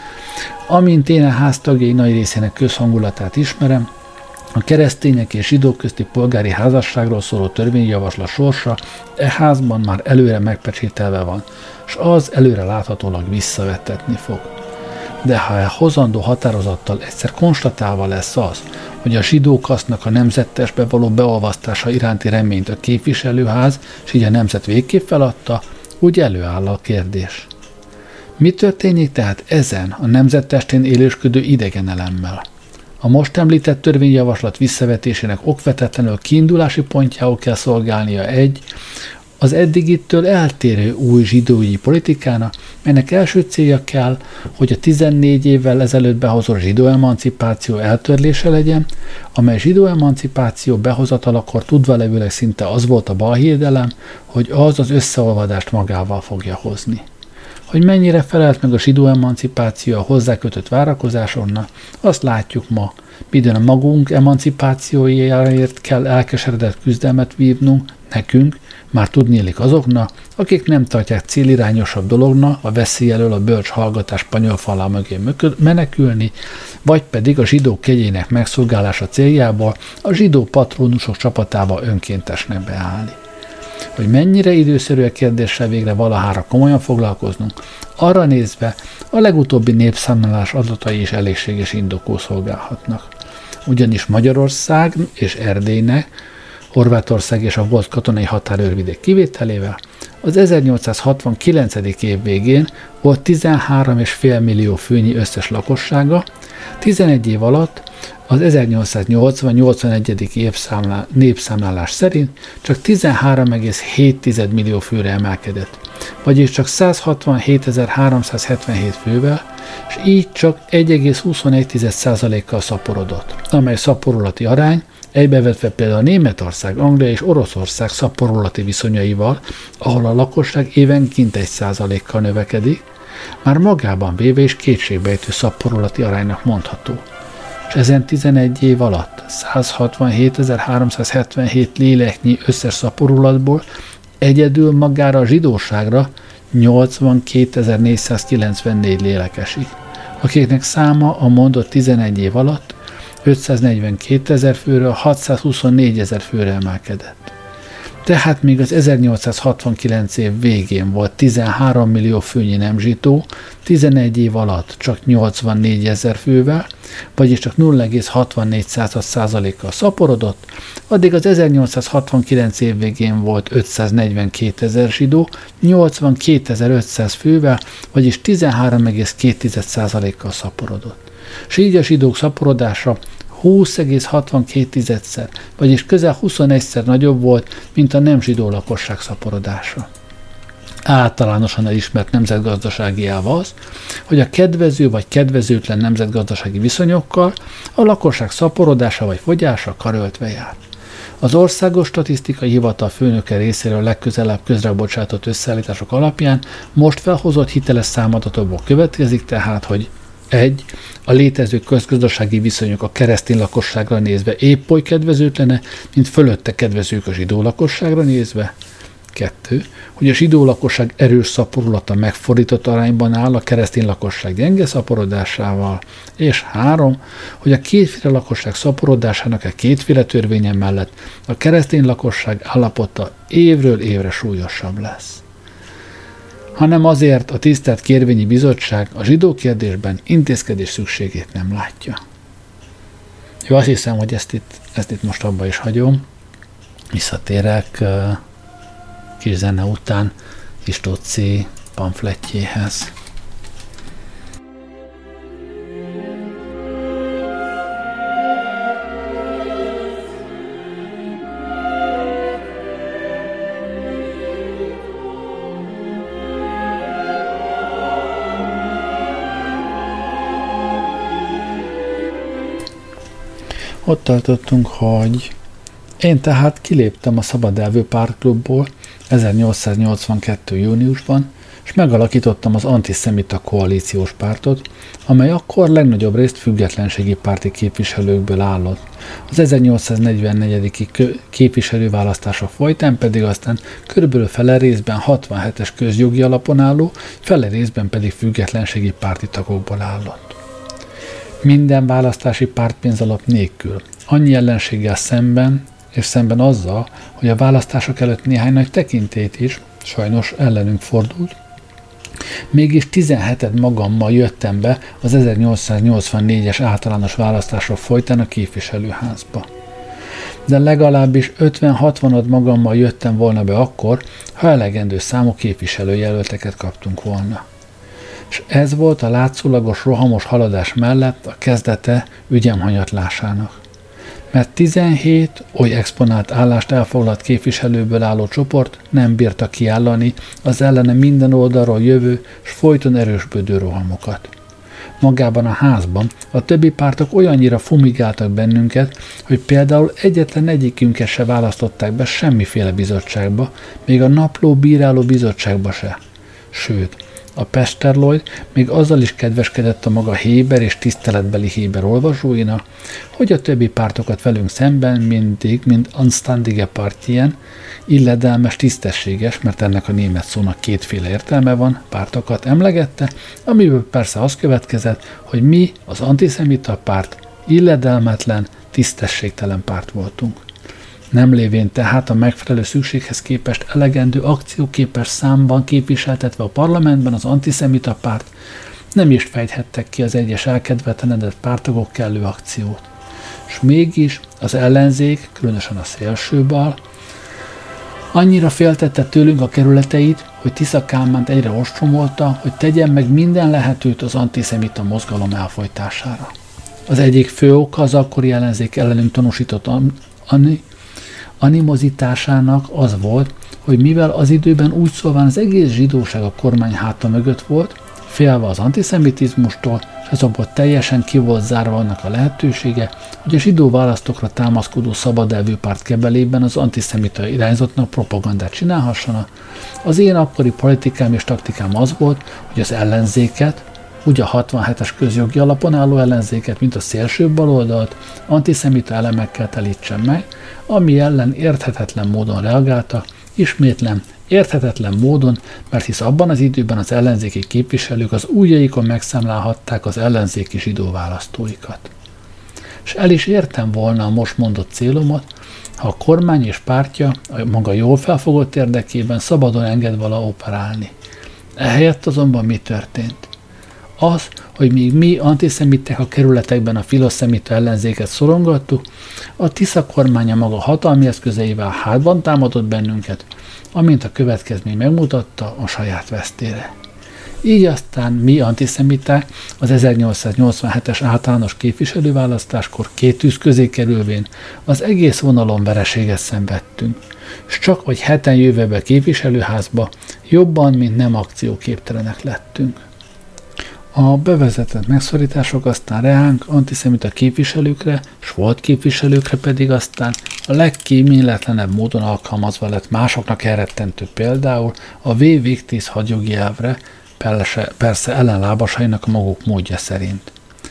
Amint én a ház tagjai nagy részének közhangulatát ismerem, a keresztények és zsidók közti polgári házasságról szóló törvényjavaslat sorsa e házban már előre megpecsételve van, s az előre láthatólag visszavettetni fog. De ha a hozandó határozattal egyszer konstatálva lesz az, hogy a zsidó kasznak a nemzettesbe való beolvasztása iránti reményt a képviselőház, s így a nemzet végképp feladta, úgy előáll a kérdés. Mi történik tehát ezen a nemzettestén élősködő idegen elemmel? A most említett törvényjavaslat visszavetésének okvetetlenül kiindulási pontjául kell szolgálnia egy, az eddigittől eltérő új zsidói politikának, melynek első célja kell, hogy a tizennégy évvel ezelőtt behozott zsidó emancipáció eltörlése legyen, amely zsidó emancipáció behozatalakor tudva levőleg szinte az volt a balhiedelem, hogy az az összeolvadást magával fogja hozni. Hogy mennyire felelt meg a zsidó emancipáció a hozzákötött várakozásoknak, azt látjuk ma, midőn a magunk emancipációjáért kell elkeseredett küzdelmet vívnunk, nekünk, már tudnélik azoknak, akik nem tartják célirányosabb dolognak a veszély elől a bölcs hallgatás spanyol falá mögé menekülni, vagy pedig a zsidók kegyének megszolgálása céljából a zsidó patrónusok csapatába önkéntesnek beállni. Hogy mennyire időszerű a kérdéssel végre valahára komolyan foglalkoznunk, arra nézve a legutóbbi népszámlálás adatai is elégséges indokul szolgálhatnak. Ugyanis Magyarország és Erdélynek, Horvátország és a volt katonai határőrvidék kivételével az ezernyolcszázhatvankilencedik év végén volt tizenhárom egész öt millió főnyi összes lakossága, tizenegy év alatt az ezernyolcszáznyolcvan-nyolcvanegyedik évszámlá, népszámlálás szerint csak tizenhárom egész hét millió főre emelkedett, vagyis csak száz hatvanhétezer-háromszázhetvenhét fővel, és így csak egy egész huszonegy százalékkal szaporodott, amely szaporulati arány egybevetve például Németország, Anglia és Oroszország szaporulati viszonyaival, ahol a lakosság évenként egy százalékkal növekedik, már magában véve is kétségbejtő szaporulati aránynak mondható. És ezen tizenegy év alatt száz hatvanhétezer-háromszázhetvenhét léleknyi összes szaporulatból egyedül magára a zsidóságra nyolcvankétezer-négyszázkilencvennégy lélek esik, akiknek száma a mondott tizenegy év alatt ötszáznegyvenkétezer főről hatszázhuszonnégyezer főre emelkedett. Tehát még az ezernyolcszázhatvankilenc év végén volt tizenhárom millió főnyi nem zsidó, tizenegy év alatt csak nyolcvannégyezer fővel, vagyis csak nulla egész hatvannégy százalékkal szaporodott, addig az ezernyolcszázhatvankilenc év végén volt ötszáznegyvenkétezer zsidó, nyolcvankétezer-ötszáz fővel, vagyis tizenhárom egész két százalékkal szaporodott. És így a zsidók szaporodása húsz egész hatvankétszer, vagyis közel huszonegyszer nagyobb volt, mint a nem zsidó lakosság szaporodása. Általánosan elismert nemzetgazdasági elv az, hogy a kedvező vagy kedvezőtlen nemzetgazdasági viszonyokkal a lakosság szaporodása vagy fogyása karöltve jár. Az Országos Statisztikai Hivatal főnöke részéről legközelebb közrebocsátott összeállítások alapján most felhozott hiteles számadatokból következik tehát, hogy egy. A létező közgazdasági viszonyok a keresztény lakosságra nézve épp oly kedvezőtlene, mint fölötte kedvezők a zsidó lakosságra nézve. kettő. Hogy a zsidó lakosság erős szaporulata megfordított arányban áll a keresztény lakosság gyenge szaporodásával. És három. Hogy a kétféle lakosság szaporodásának a kétféle törvénye mellett a keresztény lakosság állapota évről évre súlyosabb lesz. Hanem azért a tisztelt Kérvényi Bizottság a zsidó kérdésben intézkedés szükségét nem látja. Jó, azt hiszem, hogy ezt itt, ezt itt most abba is hagyom. Visszatérek uh, kis zene után Kistóci pamfletjéhez. Ott tartottunk, hogy én tehát kiléptem a Szabadelvű Pártklubból ezernyolcszáznyolcvankettő júniusban, és megalakítottam az Antiszemita Koalíciós Pártot, amely akkor legnagyobb részt függetlenségi párti képviselőkből állott. Az ezernyolcszáznegyvennégy. képviselőválasztások folytán pedig aztán körülbelül fele részben hatvanhetes közjogi alapon álló, fele részben pedig függetlenségi párti tagokból állott. Minden választási pártpénzalap nélkül, annyi ellenséggel szemben, és szemben azzal, hogy a választások előtt néhány nagy tekintélyt is, sajnos ellenünk fordult, mégis tizenheted magammal jöttem be az ezernyolcszáznyolcvannégyes általános választások folytán a képviselőházba. De legalábbis ötven-hatvanad magammal jöttem volna be akkor, ha elegendő számú képviselőjelölteket kaptunk volna. És ez volt a látszólagos rohamos haladás mellett a kezdete ügyem hanyatlásának. Mert tizenhét oly exponált állást elfoglalt képviselőből álló csoport nem bírta kiállani az ellene minden oldalról jövő s folyton erősödő rohamokat. Magában a házban a többi pártok olyannyira fumigáltak bennünket, hogy például egyetlen egyikünket se választották be semmiféle bizottságba, még a napló bíráló bizottságba se. Sőt, a Pesterloy még azzal is kedveskedett a maga héber és tiszteletbeli héber olvasóinak, hogy a többi pártokat velünk szemben mindig, mint anständige Partien, illedelmes, tisztességes, mert ennek a német szónak kétféle értelme van, pártokat emlegette, amiből persze az következett, hogy mi, az antiszemita párt, illedelmetlen, tisztességtelen párt voltunk. Nem lévén tehát a megfelelő szükséghez képest elegendő akcióképes számban képviseltetve a parlamentben az antiszemita párt, nem is fejthettek ki az egyes elkedvetlenedett pártagok kellő akciót. S mégis az ellenzék, különösen a szélsőbal, annyira féltette tőlünk a kerületeit, hogy Tisza Kálmánt egyre ostromolta, hogy tegyen meg minden lehetőt az antiszemita mozgalom elfojtására. Az egyik fő oka az akkori ellenzék ellenünk tanúsított ani- animozitásának az volt, hogy mivel az időben úgy szólván az egész zsidóság a kormány háta mögött volt, félve az antiszemitizmustól, és azonban teljesen ki volt zárva annak a lehetősége, hogy a zsidó választókra támaszkodó szabadelvű párt kebelében az antiszemita irányzatnak propagandát csinálhassana. Az én akkori politikám és taktikám az volt, hogy az ellenzéket, úgy a hatvanhetes közjogi alapon álló ellenzéket, mint a szélső baloldalt, antiszemita elemekkel telítsen meg, ami ellen érthetetlen módon reagáltak, ismétlen érthetetlen módon, mert hisz abban az időben az ellenzéki képviselők az ujjaikon megszámlálhatták az ellenzéki zsidó választóikat. És el is értem volna a most mondott célomat, ha a kormány és pártja a maga jól felfogott érdekében szabadon enged vala operálni. Ehelyett azonban mi történt? Az, hogy míg mi antiszemitek a kerületekben a filoszemita ellenzéket szorongattuk, a Tisza kormánya maga hatalmi eszközeivel hátban támadott bennünket, amint a következmény megmutatta a saját vesztére. Így aztán mi antiszemiták az ezernyolcszáznyolcvanhetes általános képviselőválasztáskor két tűz közé kerülvén az egész vonalon vereséget szenvedtünk, s csak hogy heten jövőbe képviselőházba jobban, mint nem akcióképtelenek lettünk. A bevezetett megszorítások aztán reánk, antiszemita képviselőkre, s volt képviselőkre pedig aztán a legkíméletlenebb módon alkalmazva lett másoknak elrettentő például a V. Victis hadjogi elvre, persze, persze ellenlábasainak a maguk módja szerint.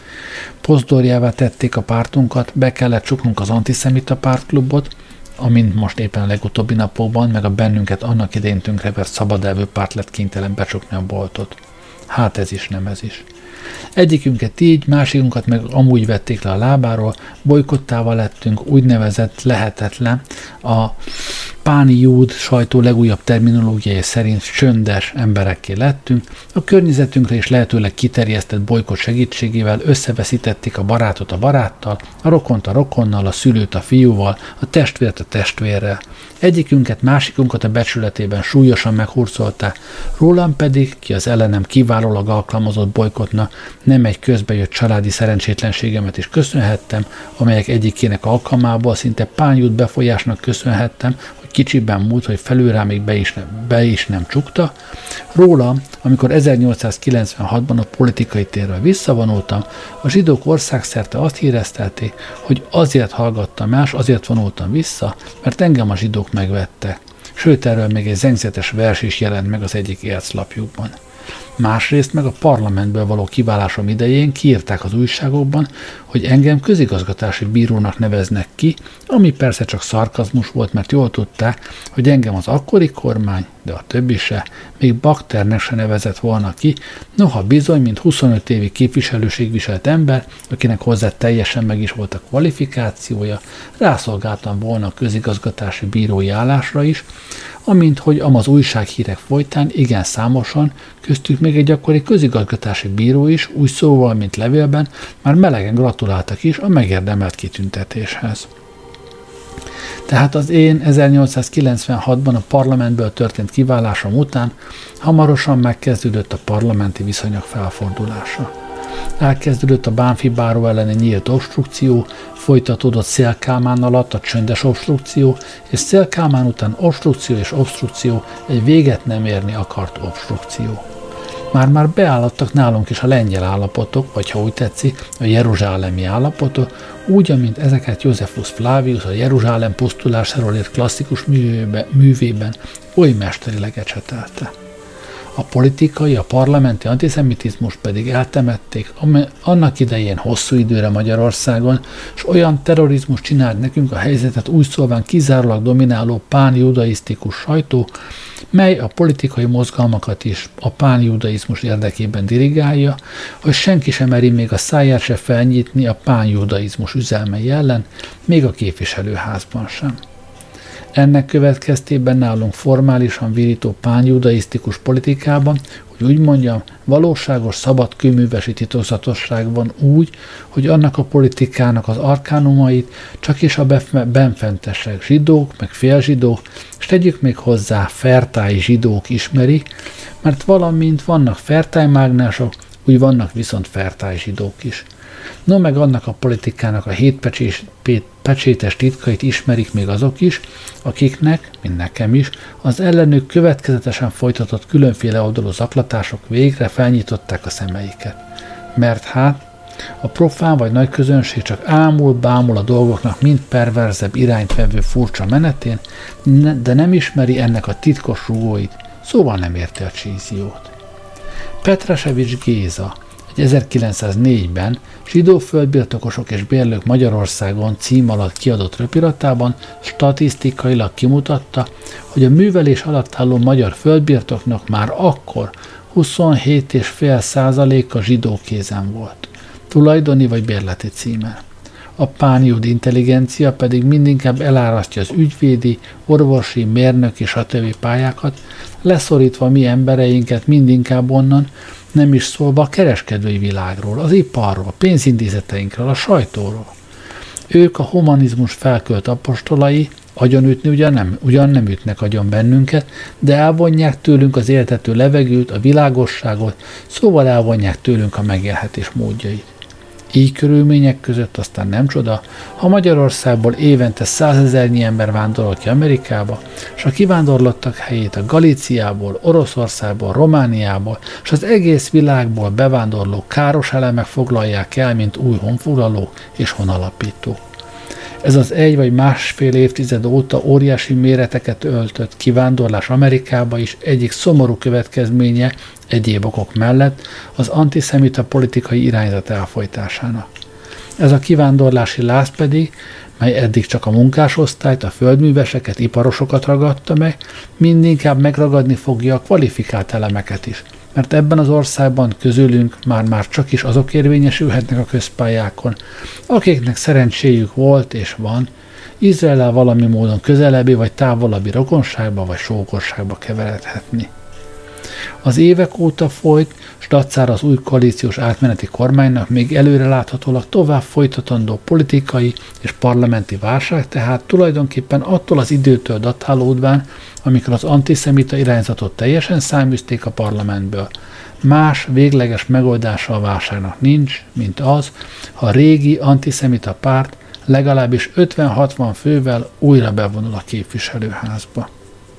Pozdorjává tették a pártunkat, be kellett csuknunk az antiszemita pártklubot, amint most éppen a legutóbbi napokban, meg a bennünket annak idején tönkrevert szabadelvű párt lett kénytelen becsukni a boltot. Hát ez is, nem ez is. Egyikünket így, másikunkat meg amúgy vették le a lábáról, bolykottával lettünk, úgynevezett lehetetlen, a páni júd sajtó legújabb terminológiai szerint csöndes emberekké lettünk, a környezetünkre is lehetőleg kiterjesztett bolykott segítségével összeveszítették a barátot a baráttal, a rokont a rokonnal, a szülőt a fiúval, a testvért a testvérrel. Egyikünket, másikunkat a becsületében súlyosan meghurcolták, rólam pedig, ki az ellenem kiválólag alkalmazott bolykottnak, nem egy közbejött családi szerencsétlenségemet is köszönhettem, amelyek egyikének alkalmából szinte pányút befolyásnak köszönhettem, hogy kicsiben múlt, hogy felül rá még be is, ne, be is nem csukta. Rólam, amikor ezernyolcszázkilencvenhatban a politikai térről visszavonultam, a zsidók országszerte azt híreztelték, hogy azért hallgattam más, azért vonultam vissza, mert engem a zsidók megvettek. Sőt, erről még egy zengzetes vers is jelent meg az egyik érclapjukban. Másrészt meg a parlamentből való kiválásom idején kiírták az újságokban, hogy engem közigazgatási bírónak neveznek ki, ami persze csak szarkazmus volt, mert jól tudták, hogy engem az akkori kormány, de a többi se, még bakternek se nevezett volna ki, noha bizony, mint huszonöt évi képviselőség viselt ember, akinek hozzá teljesen meg is volt a kvalifikációja, rászolgáltam volna a közigazgatási bírói állásra is, amint hogy amaz újsághírek folytán igen számosan, köztük még egy akkori közigazgatási bíró is, úgy szóval, mint levélben, már melegen gratuláltak is a megérdemelt kitüntetéshez. Tehát az én ezernyolcszázkilencvenhatban a parlamentből történt kiválásom után hamarosan megkezdődött a parlamenti viszonyok felfordulása. Elkezdődött a Bánffy báró elleni nyílt obstrukció, folytatódott Széll Kálmán alatt a csöndes obstrukció, és Széll Kálmán után obstrukció és obstrukció egy véget nem érni akart obstrukció. Már-már beállattak nálunk is a lengyel állapotok, vagy ha úgy tetszik, a jeruzsálemi állapotok, úgy, amint ezeket Josephus Flavius a Jeruzsálem pusztulásáról írt klasszikus művében, művében oly mesterileg ecsetelte. A politikai, a parlamenti antiszemitizmus pedig eltemették annak idején hosszú időre Magyarországon, és olyan terrorizmus csinált nekünk a helyzetet úgy szólván kizárólag domináló pán-judaisztikus sajtó, mely a politikai mozgalmakat is a pán-judaizmus érdekében dirigálja, hogy senki sem meri még a száját se felnyitni a pán-judaizmus üzelmei ellen, még a képviselőházban sem. Ennek következtében nálunk formálisan virító pán-judaisztikus politikában, hogy úgy mondjam, valóságos szabad kőművesi titokzatosság van úgy, hogy annak a politikának az arkánumait csak is a benfentesek zsidók, meg félzsidók, és tegyük még hozzá fertály zsidók ismerik, mert valamint vannak fertálymágnások, úgy vannak viszont fertály zsidók is. No meg annak a politikának a hét pecsétes titkait ismerik még azok is, akiknek, mint nekem is, az ellenük következetesen folytatott különféle oldalú zaklatások végre felnyitották a szemeiket. Mert hát a profán vagy nagy közönség csak ámul-bámul a dolgoknak mind perverzebb irányt vevő furcsa menetén, de nem ismeri ennek a titkos rugóit, szóval nem érti a csíziót. Petrasevics Géza ezerkilencszáznégyben Zsidó földbirtokosok és bérlők Magyarországon cím alatt kiadott röpiratában statisztikailag kimutatta, hogy a művelés alatt álló magyar földbirtoknak már akkor huszonhét egész öt százaléka zsidó kézen volt, tulajdoni vagy bérleti címen. A pánjud intelligencia pedig mindinkább elárasztja az ügyvédi, orvosi, mérnöki stb. Pályákat, leszorítva mi embereinket mindinkább onnan, nem is szólva a kereskedői világról, az iparról, pénzintézeteinkről, a sajtóról. Ők a humanizmus felkölt apostolai, agyonütni ugyan nem, ugyan nem ütnek agyon bennünket, de elvonják tőlünk az éltető levegőt, a világosságot, szóval elvonják tőlünk a megélhetés módjait. Így körülmények között aztán nem csoda, ha Magyarországból évente százezernyi ember vándorol ki Amerikába, és a kivándorlottak helyét a Galíciából, Oroszországból, Romániából, és az egész világból bevándorló káros elemek foglalják el, mint új honfoglalók és honalapítók. Ez az egy vagy másfél évtized óta óriási méreteket öltött kivándorlás Amerikába is egyik szomorú következménye egyéb okok mellett az antiszemita politikai irányzat elfojtásának. Ez a kivándorlási láz pedig, mely eddig csak a munkásosztályt, a földműveseket, iparosokat ragadta meg, mindinkább megragadni fogja a kvalifikált elemeket is, mert ebben az országban közülünk már-már csak is azok érvényesülhetnek a közpályákon, akiknek szerencséjük volt és van, Izraellel valami módon közelebbi vagy távolabbi rokonságba vagy sógorságba keveredhetni. Az évek óta folyt, s dacára az új koalíciós átmeneti kormánynak még előreláthatólag tovább folytatandó politikai és parlamenti válság, tehát tulajdonképpen attól az időtől datálódván, amikor az antiszemita irányzatot teljesen száműzték a parlamentből. Más végleges megoldása a válságnak nincs, mint az, ha a régi antiszemita párt legalábbis ötven-hatvan fővel újra bevonul a képviselőházba.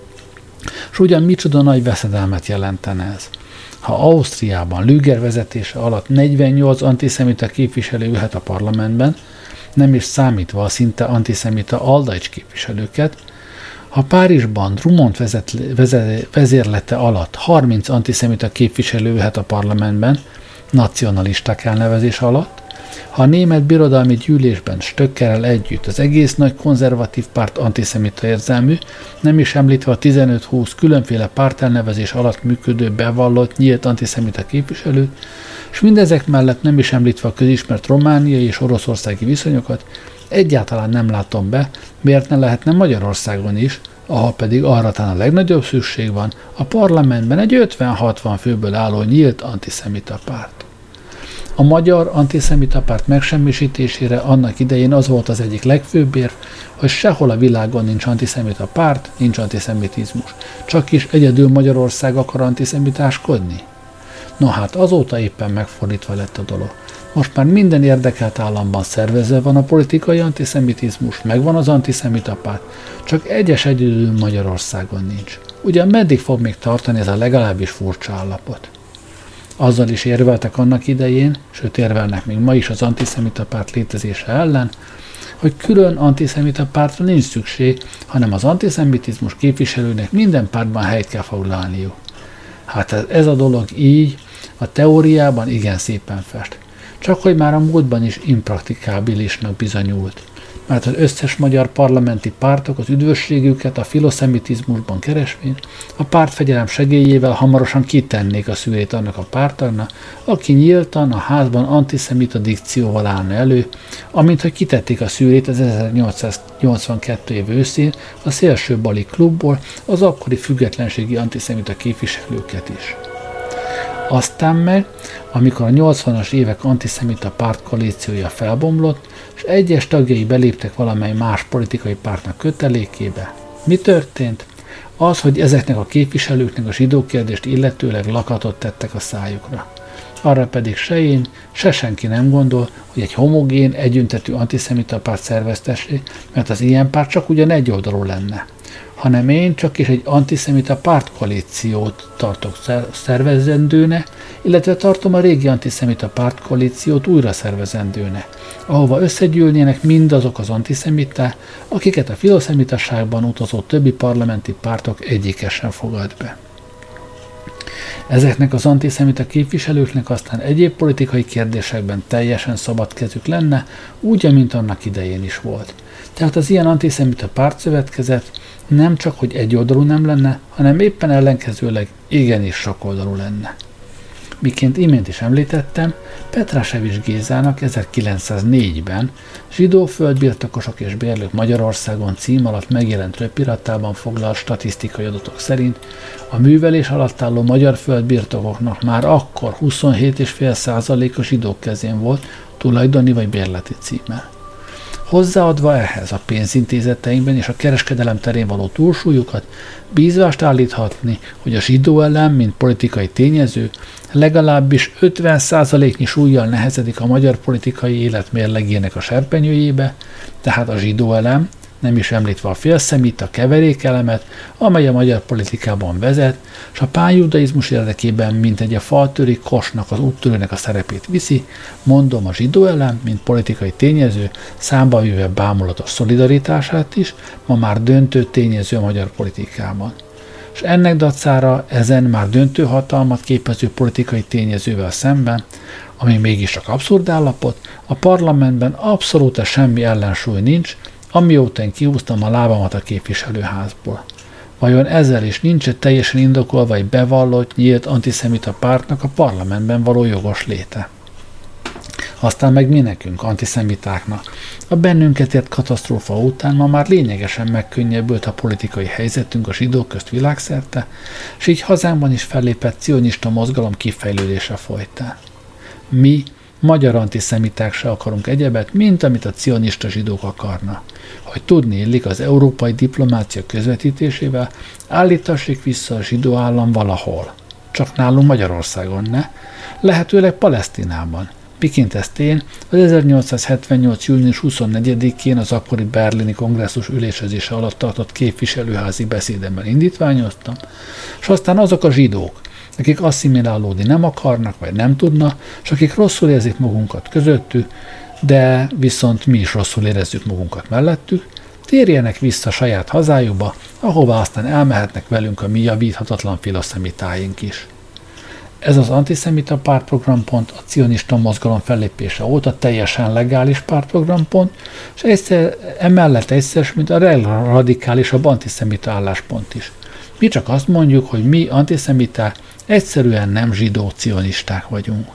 S ugyan micsoda nagy veszedelmet jelentene ez. Ha Ausztriában Lüger vezetése alatt negyvennyolc antiszemita képviselő ülhet a parlamentben, nem is számítva a szinte antiszemita Aldaics képviselőket, ha Párizsban Drummond vezet, vezet, vezérlete alatt harminc antiszemita képviselő ülhet a parlamentben, nacionalisták elnevezés alatt, ha a német birodalmi gyűlésben Stöckerrel együtt az egész nagy konzervatív párt antiszemita érzelmű, nem is említve a tizenöt-húsz különféle pártelnevezés alatt működő bevallott nyílt antiszemita képviselőt, és mindezek mellett nem is említve a közismert romániai és oroszországi viszonyokat, egyáltalán nem látom be, miért ne lehetne Magyarországon is, ahol pedig arra talán a legnagyobb szükség van, a parlamentben egy ötven-hatvan főből álló nyílt antiszemita párt. A magyar antiszemita párt megsemmisítésére annak idején az volt az egyik legfőbb érv, hogy sehol a világon nincs antiszemita párt, nincs antiszemitizmus. Csak is egyedül Magyarország akar antiszemitáskodni? No hát azóta éppen megfordítva lett a dolog. Most már minden érdekelt államban szervezve van a politikai antiszemitizmus, megvan az antiszemita párt, csak egyes egyedül Magyarországon nincs. Ugyan meddig fog még tartani ez a legalábbis furcsa állapot? Azzal is érveltek annak idején, sőt érvelnek még ma is az antiszemita párt létezése ellen, hogy külön antiszemita pártra nincs szükség, hanem az antiszemitizmus képviselőnek minden pártban helyt kell foglalniuk. Hát ez, ez a dolog így, a teóriában igen szépen fest. Csak hogy már a múltban is impraktikábilisnak bizonyult. Mert az összes magyar parlamenti pártok az üdvösségüket a filoszemitizmusban keresvén, a pártfegyelem segélyével hamarosan kitennék a szűrét annak a pártagnak, aki nyíltan a házban antiszemita dikcióval állna elő, amint hogy kitették a szűrét az ezernyolcszáznyolcvankettő év őszén a szélsőbali klubból az akkori függetlenségi antiszemita képviselőket is. Aztán meg, amikor a nyolcvanas évek antiszemita pártkoalíciója felbomlott, és egyes tagjai beléptek valamely más politikai pártnak kötelékébe, mi történt? Az, hogy ezeknek a képviselőknek a zsidó kérdést illetőleg lakatot tettek a szájukra. Arra pedig se én, se senki nem gondol, hogy egy homogén, együntetű antiszemita párt szerveztessék, mert az ilyen párt csak ugyan egy oldalú lenne, hanem én csak is egy antiszemita pártkoalíciót tartok szervezendőne, illetve tartom a régi antiszemita pártkoalíciót újra szervezendőne, ahova összegyűlnének mindazok az antiszemiták, akiket a filoszemitaságban utazó többi parlamenti pártok egyike sem fogad be. Ezeknek az antiszemita képviselőknek aztán egyéb politikai kérdésekben teljesen szabad kezük lenne, úgy, amint annak idején is volt. Tehát az ilyen antiszemita pártszövetkezet nem csak, hogy egyoldalú nem lenne, hanem éppen ellenkezőleg igenis sokoldalú lenne. Miként imént is említettem, Petrasevics Gézának ezerkilencszáznégyben Zsidó földbirtokosok és bérlők Magyarországon cím alatt megjelent röpiratában foglalt statisztikai adatok szerint a művelés alatt álló magyar földbirtokoknak már akkor huszonhét egész öt százaléka zsidók kezén volt tulajdoni vagy bérleti címmel. Hozzáadva ehhez a pénzintézeteinkben és a kereskedelem terén való túlsúlyukat, bízvást állíthatni, hogy a zsidó elem, mint politikai tényező, legalábbis ötven százaléknyi súllyal nehezedik a magyar politikai élet mérlegének a serpenyőjébe, tehát a zsidó elem, nem is említve a félszemita keverékelemet, amely a magyar politikában vezet, és a pánjudaizmus érdekében mint egy a faltöri kosnak az úttörőnek a szerepét viszi, mondom a zsidó elem, mint politikai tényező, számba véve bámulatos szolidaritását is, ma már döntő tényező a magyar politikában. És ennek dacára ezen már döntő hatalmat képező politikai tényezővel szemben, ami mégis csak abszurd állapot, a parlamentben abszolút semmi ellensúly nincs, amióta én kihúztam a lábamat a képviselőházból. Vajon ezzel is nincs egy teljesen indokolva egy bevallott, nyílt antiszemita pártnak a parlamentben való jogos léte? Aztán meg mi nekünk, antiszemitáknak? A bennünket ért katasztrófa után ma már lényegesen megkönnyebbült a politikai helyzetünk a zsidók közt világszerte, és így hazánkban is fellépett cionista mozgalom kifejlődése folytán. Mi, magyar antiszemiták se akarunk egyebet, mint amit a cionista zsidók akarnak. Hogy tudni illik az európai diplomácia közvetítésével, állítassék vissza a zsidó állam valahol. Csak nálunk Magyarországon ne, lehetőleg Palesztinában. Miként ezt én az ezernyolcszázhetvennyolc. június huszonnegyedikén az akkori berlini kongresszus ülésezése alatt tartott képviselőházi beszédemben indítványoztam, és aztán azok a zsidók, akik asszimilálódni nem akarnak, vagy nem tudnak, és akik rosszul érzik magunkat közöttük, de viszont mi is rosszul érezzük magunkat mellettük, térjenek vissza saját hazájukba, ahová aztán elmehetnek velünk a mi javíthatatlan filoszemitáink is. Ez az antiszemita pártprogrampont a cionista mozgalom fellépése óta teljesen legális pártprogrampont, és egyszer, emellett egyszer, mint a radikálisabb antiszemita álláspont is. Mi csak azt mondjuk, hogy mi antiszemiták egyszerűen nem zsidó cionisták vagyunk.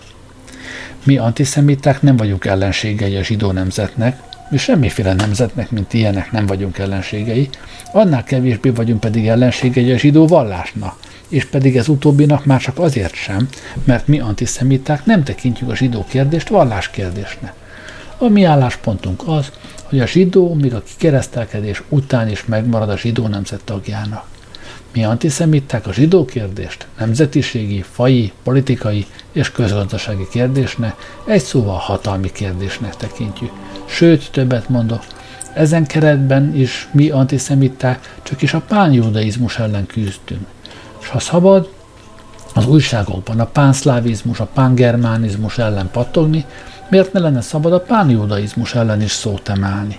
Mi antiszemiták nem vagyunk ellenségei a zsidó nemzetnek, mi semmiféle nemzetnek, mint ilyenek nem vagyunk ellenségei, annál kevésbé vagyunk pedig ellenségei a zsidó vallásnak, és pedig ez utóbbinak már csak azért sem, mert mi antiszemiták nem tekintjük a zsidó kérdést valláskérdésnek. A mi álláspontunk az, hogy a zsidó még a kikeresztelkedés után is megmarad a zsidó nemzet tagjának. Mi antiszemiták a zsidó kérdést nemzetiségi, faji, politikai és közgazdasági kérdésnek, egy szóval hatalmi kérdésnek tekintjük. Sőt, többet mondok, ezen keretben is mi antiszemiták csak is a pánjudaizmus ellen küzdünk. És ha szabad, az újságokban a pánszlávizmus, a pángermánizmus ellen pattogni, miért ne lenne szabad a pánjudaizmus ellen is szót emelni?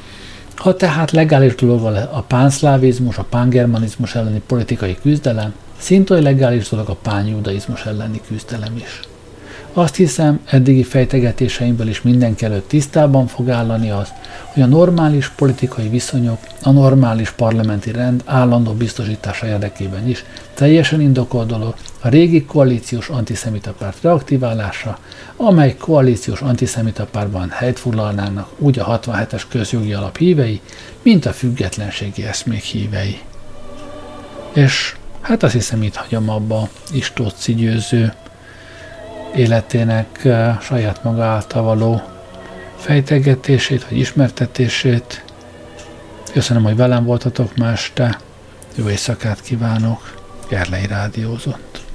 Ha tehát legális dolog a pánszlávizmus, a pángermanizmus elleni politikai küzdelem, Szintén legális dolog a pánjudaizmus elleni küzdelem is. Azt hiszem, eddigi fejtegetéseimből is mindenki előtt tisztában fog állani az, hogy a normális politikai viszonyok, a normális parlamenti rend állandó biztosítása érdekében is teljesen indokolt dolog a régi koalíciós antiszemita párt reaktiválása, amely koalíciós antiszemita pártban helyt foglalnának úgy a hatvanhetes közjogi alap hívei, mint a függetlenségi eszmék hívei. És hát azt hiszem, itt hagyom abba Istóczy Győző életének uh, saját maga által való fejtegetését, vagy ismertetését. Köszönöm, hogy velem voltatok ma este. Jó éjszakát kívánok. Gerlei rádiózott.